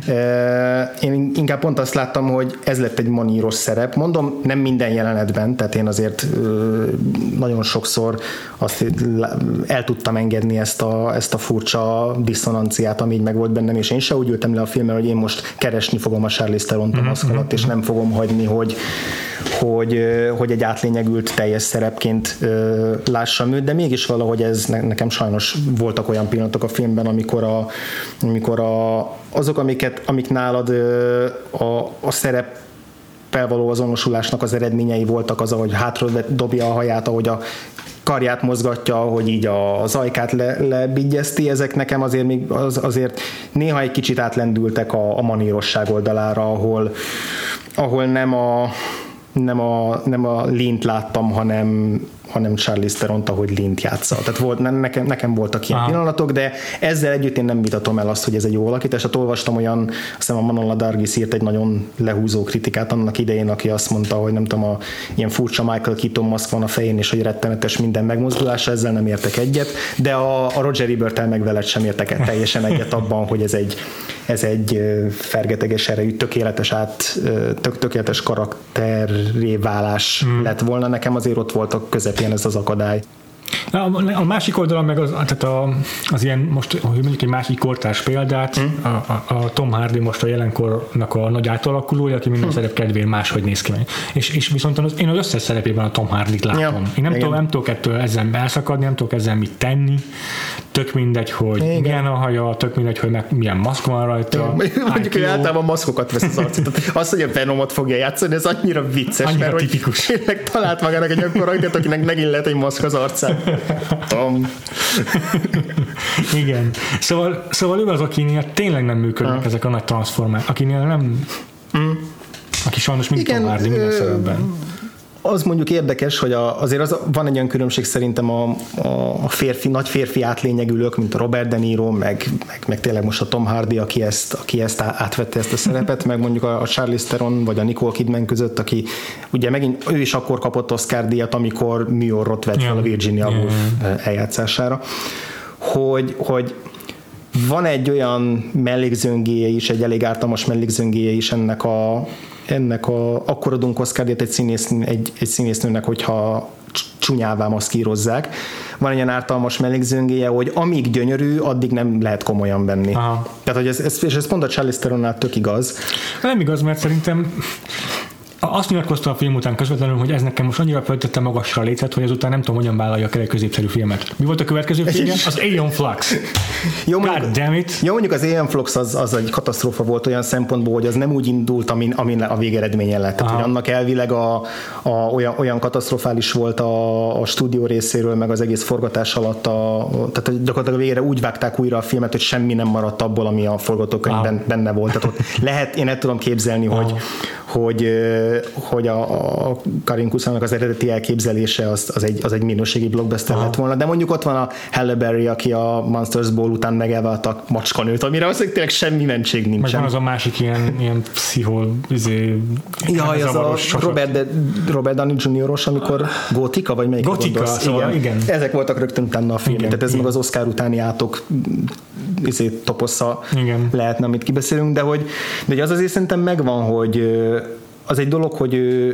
Én inkább pont azt láttam, hogy ez lett egy maníros szerep. Mondom, nem minden jelenetben, tehát én azért nagyon sokszor azt el tudtam engedni ezt a, ezt a furcsa diszonanciát, ami így meg volt bennem, és én sem úgy ültem le a filmen, hogy én most keresni fogom a Charlize Theront a maszk alatt, és nem fogom hagyni, hogy hogy, hogy egy átlényegült teljes szerepként lássam őt, de mégis valahogy ez nekem sajnos voltak olyan pillanatok a filmben, amikor, a, amikor a, azok, amiket, amik nálad a, a szereppel való azonosulásnak az eredményei voltak, az, ahogy hátra dobja a haját, ahogy a karját mozgatja, hogy így az ajkát le, lebigyezti, ezek nekem azért, még az, azért néha egy kicsit átlendültek a, a manírosság oldalára, ahol, ahol nem a nem a, nem a Lint láttam, hanem, hanem Charlize Theront, ahogy Lint játsza. Tehát volt, nekem, nekem voltak ilyen Aha. pillanatok, de ezzel együtt én nem vitatom el azt, hogy ez egy jó alakítás. Hát olvastam olyan, azt hiszem a Manohla Dargis írt egy nagyon lehúzó kritikát annak idején, aki azt mondta, hogy nem tudom, a, ilyen furcsa Michael Keaton maszk van a fején, és hogy rettenetes minden megmozdulása, ezzel nem értek egyet, de a, a Roger Ebert-tel meg veled sem értek teljesen egyet abban, hogy ez egy, ez egy fergeteges erejű, tökéletes át, tök, tökéletes karakterré válás hmm. lett volna. Nekem azért ott voltak közepén ez az akadály. A másik oldalon meg az, tehát a, az ilyen, most hogy mondjuk egy másik kortárs példát, mm. a, a, a Tom Hardy most a jelenkornak a nagy átalakulója, aki minden mm. szerep kedvéért máshogy néz ki meg. És, és viszont az, én az összes szerepében a Tom Hardyt látom. Ja, én nem, tudom, nem tudok ettől ezzel elszakadni, nem tudok ezzel mit tenni, tök mindegy, hogy igen. milyen a haja, tök mindegy, hogy meg, milyen maszk van rajta. Mondjuk, hogy általában maszkokat vesz az arcot. Azt, hogy a Venomot fogja játszani, ez annyira vicces, annyira mert tipikus. Hogy talált magának egy olyan karakter, akinek megint lehet egy maszk az arcán. Tom. Igen. Szóval, szóval ő az, akinél tényleg nem működnek ha. ezek a nagy transformák, akinél nem mm. aki sajnos mind Tom Hardy minden szerepben. az mondjuk érdekes, hogy a, azért az, van egy olyan különbség szerintem a, a, a férfi, nagy férfi átlényegülők, mint a Robert De Niro, meg, meg, meg tényleg most a Tom Hardy, aki ezt, aki ezt átvette ezt a szerepet, meg mondjuk a, a Charlize Theron vagy a Nicole Kidman között, aki ugye megint ő is akkor kapott Oscar-díjat, amikor Mjolnirot vett fel a Virginia Woolf eljátszására, hogy, hogy van egy olyan mellékzöngéje is, egy elég ártalmas mellékzöngéje is ennek a ennek a, akkor adunk Oscar-díjat egy, színész, egy, egy színésznőnek, hogyha csúnyává maszkírozzák. Van egy olyan ártalmas mellékzöngéje, hogy amíg gyönyörű, addig nem lehet komolyan venni. Aha. Tehát, hogy ez, ez, és ez pont a Charlize Theronnál tök igaz. Nem igaz, mert szerintem azt nyilatkoztam a film után közvetlenül, hogy ez nekem most annyira feltette magasra a lécet, hogy ezután nem tudom, hogyan vállaljak el egy középszerű filmet. Mi volt a következő filmje? Az Aeon Flux. Jó, God mondjuk, damn it. Jó, mondjuk az Aeon Flux az, az egy katasztrófa volt olyan szempontból, hogy az nem úgy indult, amin, amin a végeredménye lett. Tehát, hogy annak elvileg a, a, olyan, olyan katasztrofális volt a, a stúdió részéről, meg az egész forgatás alatt, a, tehát gyakorlatilag a végére úgy vágták újra a filmet, hogy semmi nem maradt abból, ami a forgatókönyvben ah. benne volt. Tehát ott lehet, én el tudom képzelni, ah. hogy hogy, hogy a, a Karin Kuszának az eredeti elképzelése az, az, egy, az egy minőségi blockbuster lett volna, de mondjuk ott van a Halle Berry, aki a Monsters Ball után megelvált macskanőt, amire az tényleg semmi mentség nincsen. Meg van az a másik ilyen, ilyen pszichol izé, jaj, az a Robert, de, Robert Downey junior-os, amikor Gótika, vagy melyik Gótika, szóval igen. igen. Ezek voltak rögtön utána a film, tehát ez igen. Meg az Oscar utáni átok izé, toposza igen. lehetne, amit kibeszélünk, de hogy, de hogy az azért szerintem megvan, hogy az egy dolog, hogy ő,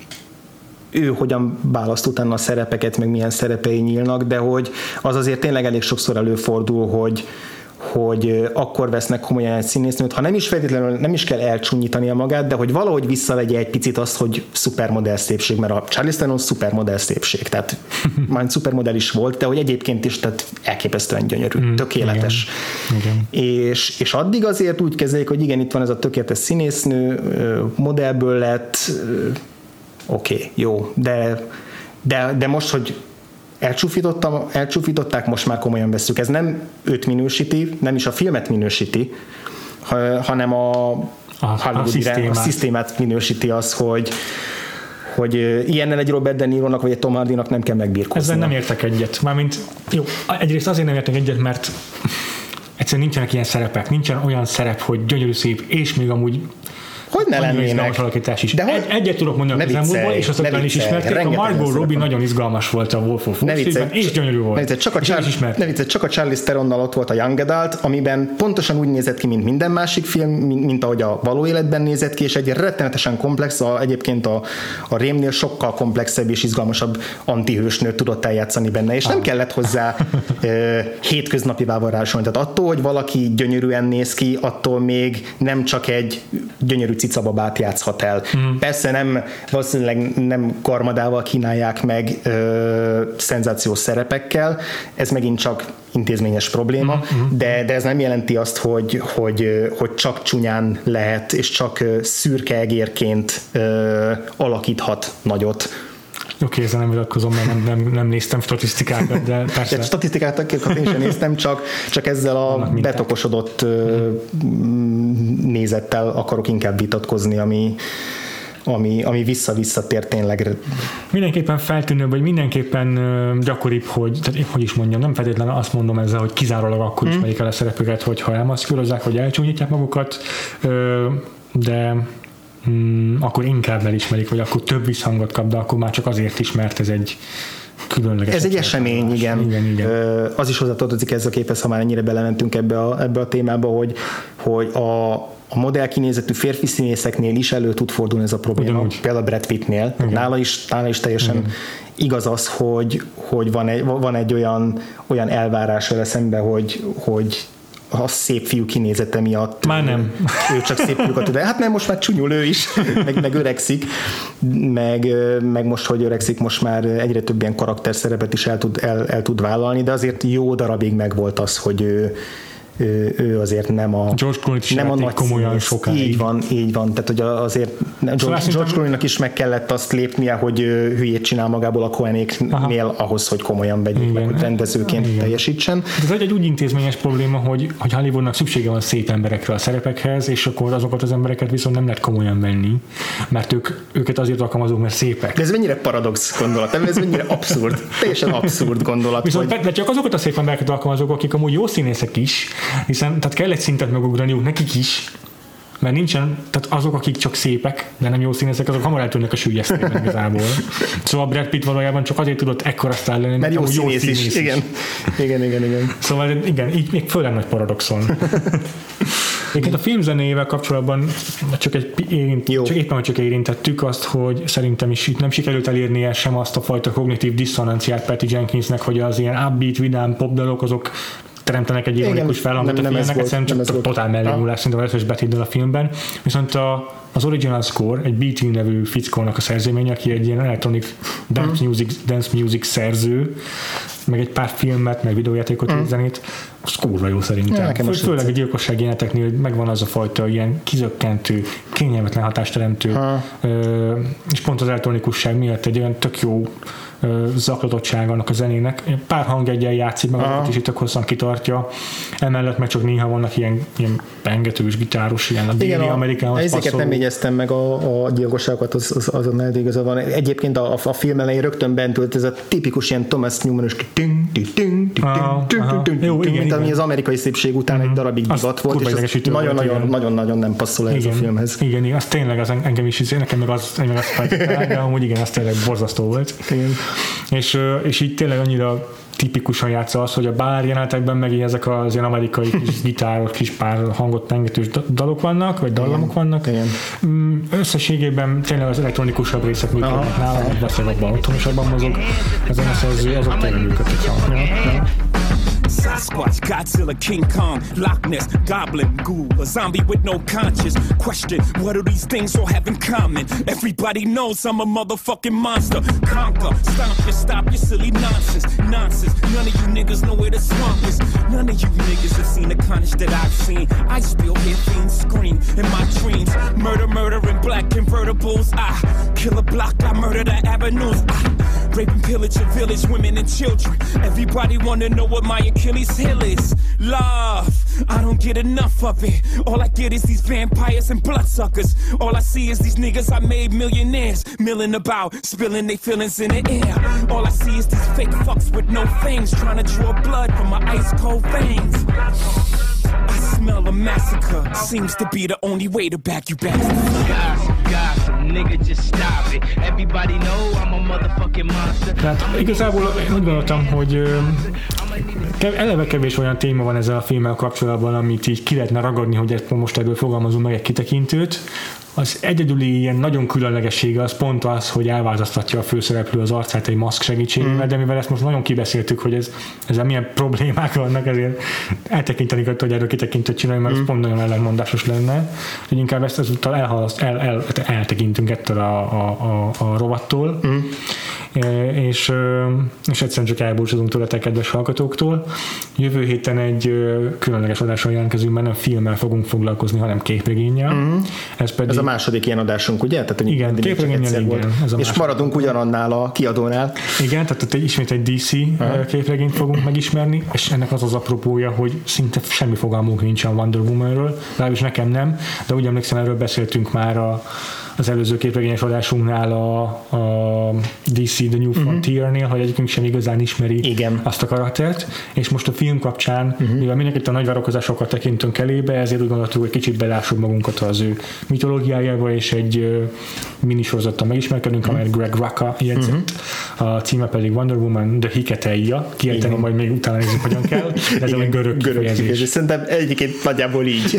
ő hogyan választ utána a szerepeket, meg milyen szerepei nyílnak, de hogy az azért tényleg elég sokszor előfordul, hogy, hogy akkor vesznek komolyan egy színésznőt, ha nem is feltétlenül nem is kell elcsúnyítania magát, de hogy valahogy visszavegye egy picit azt, hogy szupermodell szépség, mert a Charlize Theron szupermodell szépség, tehát már szupermodell is volt, de hogy egyébként is tehát elképesztően gyönyörű, mm, tökéletes. Igen. Igen. És, és addig azért úgy kezelik, hogy igen, itt van ez a tökéletes színésznő, modellből lett, oké, okay, jó, de, de, de most, hogy elcsúfították, most már komolyan vesszük. Ez nem őt minősíti, nem is a filmet minősíti, hanem a, a, a, szisztémát. a szisztémát minősíti az, hogy, hogy ilyennel egy Robert De Nironak vagy egy Tom Hardynak nem kell megbirkózni. Ezzel nem értek egyet. Mármint, jó, egyrészt azért nem értek egyet, mert egyszerűen nincsenek ilyen szerepek. Nincsen olyan szerep, hogy gyönyörű szép, és még amúgy hogy ne lennének? Is. De Egy, egyet tudok mondani a közelmúltból, és aztán is ismerték. A Margot Robbie nagyon izgalmas volt a Wolf of Wall Streetben, és gyönyörű volt. Ne csak a, Char- ne viccelj, csak a Charlize Theronnal ott volt a Young Adult, amiben pontosan úgy nézett ki, mint minden másik film, mint, mint ahogy a való életben nézett ki, és egy rettenetesen komplex, a, egyébként a, a Rémnél sokkal komplexebb és izgalmasabb antihősnőt tudott eljátszani benne, és ah. nem kellett hozzá uh, hétköznapivá varázsolni. Tehát attól, hogy valaki gyönyörűen néz ki, attól még nem csak egy gyönyörű cicababát játszhat el. Mm. Persze nem, valószínűleg nem karmadával kínálják meg ö, szenzációs szerepekkel, ez megint csak intézményes probléma, mm-hmm. de, de ez nem jelenti azt, hogy, hogy, hogy csak csúnyán lehet, és csak szürke egérként ö, alakíthat nagyot. Oké, ezzel nem vitatkozom, mert nem, nem, nem néztem statisztikákat, de persze. De statisztikákat én sem néztem, csak, csak ezzel a betokosodott mm. nézettel akarok inkább vitatkozni, ami, ami, ami vissza-visszatér tényleg. Mindenképpen feltűnő, vagy mindenképpen gyakoribb, hogy, tehát hogy is mondjam, nem feltétlenül azt mondom ezzel, hogy kizárólag akkor mm. ismerik el a szerepüket, hogyha elmaszkírozzák, vagy elcsúnyítják magukat, de Hmm, akkor inkább elismerik, vagy akkor több visszhangot kap, de akkor már csak azért is, mert ez egy különleges. Ez egy esemény, igen. igen, igen. Az is hozzátartozik ez a képhez, ha már ennyire belementünk ebbe a, ebbe a témába, hogy, hogy a, a modell kinézetű férfi színészeknél is elő tud fordulni ez a probléma. Ugyanúgy. Például Brad Pittnél. Nála is, nála is teljesen igen. igaz az, hogy, hogy van egy, van egy olyan, olyan elvárás vele szembe, hogy, hogy a szép fiú kinézete miatt. Már nem. Ő csak szép fiúkat tud. Hát mert most már csúnyul ő is, meg, meg öregszik, meg, meg most, hogy öregszik, most már egyre több ilyen karakterszerepet is el tud, el, el tud vállalni, de azért jó darabig megvolt az, hogy ő ő, ő azért nem a George Clooney-t is nem a nagy komolyan színész. sokáig. Így van, így van. Tehát, hogy azért George, szóval George Clooney-nak is meg kellett azt lépnie, hogy hülyét csinál magából a Coenéknél ahhoz, hogy komolyan vegyék meg, hogy rendezőként igen. teljesítsen. Ez egy, egy úgy intézményes probléma, hogy, hogy Hollywoodnak szüksége van szép emberekre a szerepekhez, és akkor azokat az embereket viszont nem lehet komolyan venni, mert ők, őket azért alkalmazók, mert szépek. De ez mennyire paradox gondolat, ez mennyire abszurd, teljesen abszurd gondolat. Viszont hogy... de csak azokat a szép embereket alkalmazók, akik amúgy jó színészek is, hiszen tehát kell egy szintet megugraniuk nekik is, mert nincsen, tehát azok, akik csak szépek, de nem jó színészek, azok hamar eltűnnek a süllyesztében igazából. Szóval Brad Pitt valójában csak azért tudott ekkora sztár lenni, mert jó, jó színész, színész is. is. Igen. igen, igen, igen. Szóval igen, így még főleg nagy paradoxon. Egyébként a filmzenéjével kapcsolatban csak, egy, érint, csak éppen csak érintettük azt, hogy szerintem is itt nem sikerült elérnie sem azt a fajta kognitív diszonanciát Patty Jenkinsnek, hogy az ilyen upbeat, vidám popdalok, azok teremtenek egy ironikus felhangot a filmnek, egyszerűen csak a totál mellényúlás szerintem az összes Betty-del a filmben. Viszont a, az original score egy bé té nevű fickónak a szerzeménye, aki egy ilyen electronic dance music, dance music szerző, meg egy pár filmet, meg videójátékot, mm. zenét, az kurva jó szerintem. Ja, Fő, főleg a gyilkossági jelenteknél megvan az a fajta ilyen kizökkentő, kényelmetlen hatásteremtő, ö, és pont az elektronikusság miatt egy olyan tök jó zaklatottság annak a zenének. Pár hangjegyen játszik, meg azokat is itt tök hosszan kitartja. Emellett meg csak néha vannak ilyen, ilyen pengetős, gitáros, ilyen a déli amerikához passzoló. Ezeket nem jegyeztem meg a, a gyilkosságokat, az, az, azon elég igaza van. Egyébként a, a film elején rögtön bent ült ez a tipikus ilyen Thomas Newman-os mint ami az amerikai szépség után egy darabig divat volt, és nagyon-nagyon nem passzol ez a filmhez. Igen, igen, az tényleg az engem is, nekem meg az, meg az fájtott, de amúgy igen, az tényleg borzasztó volt. És, és így tényleg annyira tipikusan játsza az, hogy a bár jelenetekben meg ezek az ilyen amerikai kis gitárok, kis pár hangot pengetős dalok vannak, vagy dallamok vannak. Igen. Összességében tényleg az elektronikusabb részek működnek nálam, beszélek abban otthonosabban mozog, a zeneszerző, azok tényleg működtek. Sasquatch, Godzilla, King Kong, Loch Ness, Goblin, Ghoul, a zombie with no conscience. Question, what do these things all have in common? Everybody knows I'm a motherfucking monster. Conquer, stomp and stop your silly nonsense. Nonsense, none of you niggas know where the swamp is. None of you niggas have seen the carnage that I've seen. I still hear fiends scream in my dreams. Murder, murder in black convertibles. I kill a block, I murder the avenues. I rape and pillage a village, women and children. Everybody wanna know what my Achilles heel is. Love, I don't get enough of it. All I get is these vampires and bloodsuckers. All I see is these niggas I made millionaires, milling about, spilling their feelings in the air. All I see is these fake fucks with no fangs, trying to draw blood from my ice cold veins. I smell a massacre, seems to be the only way to back you back. Nigga, just stop it. Everybody know I'm a motherfucking monster. Tehát igazából úgy gondoltam, hogy eleve kevés olyan téma van ezzel a filmmel kapcsolatban, amit így ki lehetne ragadni, hogy most ebből fogalmazunk meg egy kitekintőt. Az egyedüli ilyen nagyon különlegessége az pont az, hogy elvázasztatja a főszereplő az arcát egy maszk segítségével, mm. de mivel ezt most nagyon kibeszéltük, hogy ez, ezzel milyen problémák vannak, ezért eltekinteni kell, hogy erről kitekintőt csinálni, mert mm. ez pont nagyon ellentmondásos lenne. Hogy inkább ezt ezúttal elhalaszt, el, el, eltekintünk ettől a, a, a, a rovattól, mm. és, és egyszerűen csak elbúcsúzunk tőletek, kedves hallgatóktól. Jövő héten egy különleges adással jelentkezünk, mert nem filmmel fogunk foglalkozni, hanem képregénnyel. Mm. Ez pedig ez a második ilyen adásunk, ugye? Tehát, igen, képregénnyel igen. Ez a és maradunk ugyanannál a kiadónál. Igen, tehát ismét egy dé cé uh-huh. képregényt fogunk megismerni, és ennek az az apropója, hogy szinte semmi fogalmunk nincs a Wonder Womanről, legalábbis nekem nem, de úgy emlékszem, erről beszéltünk már a az előző képregényes adásunknál a, a dé cé The New Frontier-nél, uh-huh. hogy egyikünk sem igazán ismeri igen. azt a karaktert, és most a film kapcsán, uh-huh. mivel mindenkit a nagy várakozásokat tekintünk elébe, ezért úgy gondoltuk, hogy kicsit belássuk magunkat az ő mitológiájába, és egy uh, minisorozattal megismerkedünk, uh-huh. amelyet Greg Rucka jegyzett. Uh-huh. A címe pedig Wonder Woman The Hiketeia. Kiejteni, majd még utána nézzük, hogyan kell. De ez egy görög kifejezés. Szerintem egyébként nagyjából így.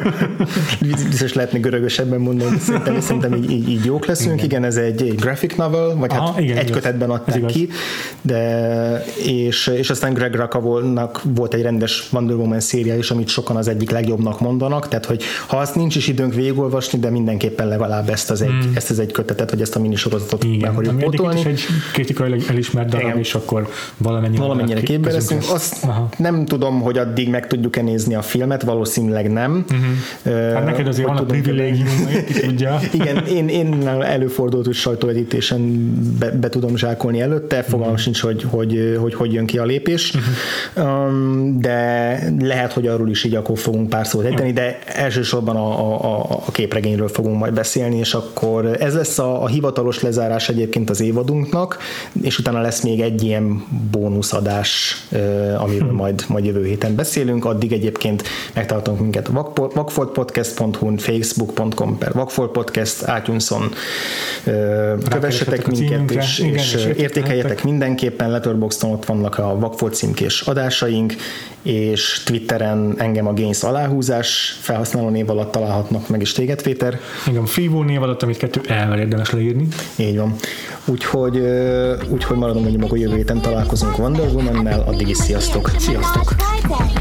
Biztos lehetne görögösebben mondani, szerintem, szerintem így, így, így jók leszünk. Igen, igen, ez egy, egy graphic novel, vagy Aha, hát igen, egy igaz. kötetben adták ki, de és, és aztán Greg Rucka-nak volt egy rendes Wonder Woman széria is, amit sokan az egyik legjobbnak mondanak, tehát hogy ha azt nincs is időnk végigolvasni, de mindenképpen legalább ezt az egy, mm. ezt ezt az egy kötetet, vagy ezt a minisorozatot igen, be akarjuk pótolni. Igen, egy kritikailag elismert darab, igen. És akkor valamennyire, valamennyire képbe leszünk. Azt aha. nem tudom, hogy addig meg tudjuk-e nézni a filmet, valószínűleg nem. Uh-huh. Hát neked azért van a privilégium, ki tudja. Igen, én, én előfordult, hogy sajtóvetítésen be, be tudom zsákolni előtte, fogalmam uh-huh. sincs, hogy hogy, hogy hogy jön ki a lépés, uh-huh. um, de lehet, hogy arról is így akkor fogunk pár szót ejteni, de elsősorban a, a, a képregényről fogunk majd beszélni, és akkor ez lesz a, a hivatalos lezárás egyébként az évadunknak, és utána lesz még egy ilyen bónuszadás, amiről majd, majd jövő héten beszélünk. Addig egyébként megtaláltunk minket a vagfoltpodcast pont hu, facebook pont com per vagfoltpodcast, iTunes-on kövessetek minket, és, igen, és, és értékeljetek mindenképpen, Letterboxdon ott vannak a Vagfolt címkés adásaink, és Twitteren engem a Gains aláhúzás felhasználó név alatt találhatnak meg, is téged, Péter. Engem Frívó név alatt, amit kettő elvel érdemes leírni. Így van. Úgyhogy, úgyhogy maradom, hogy a jövő héten találkozunk Wonder Woman-nel, addig is sziasztok! Sziasztok!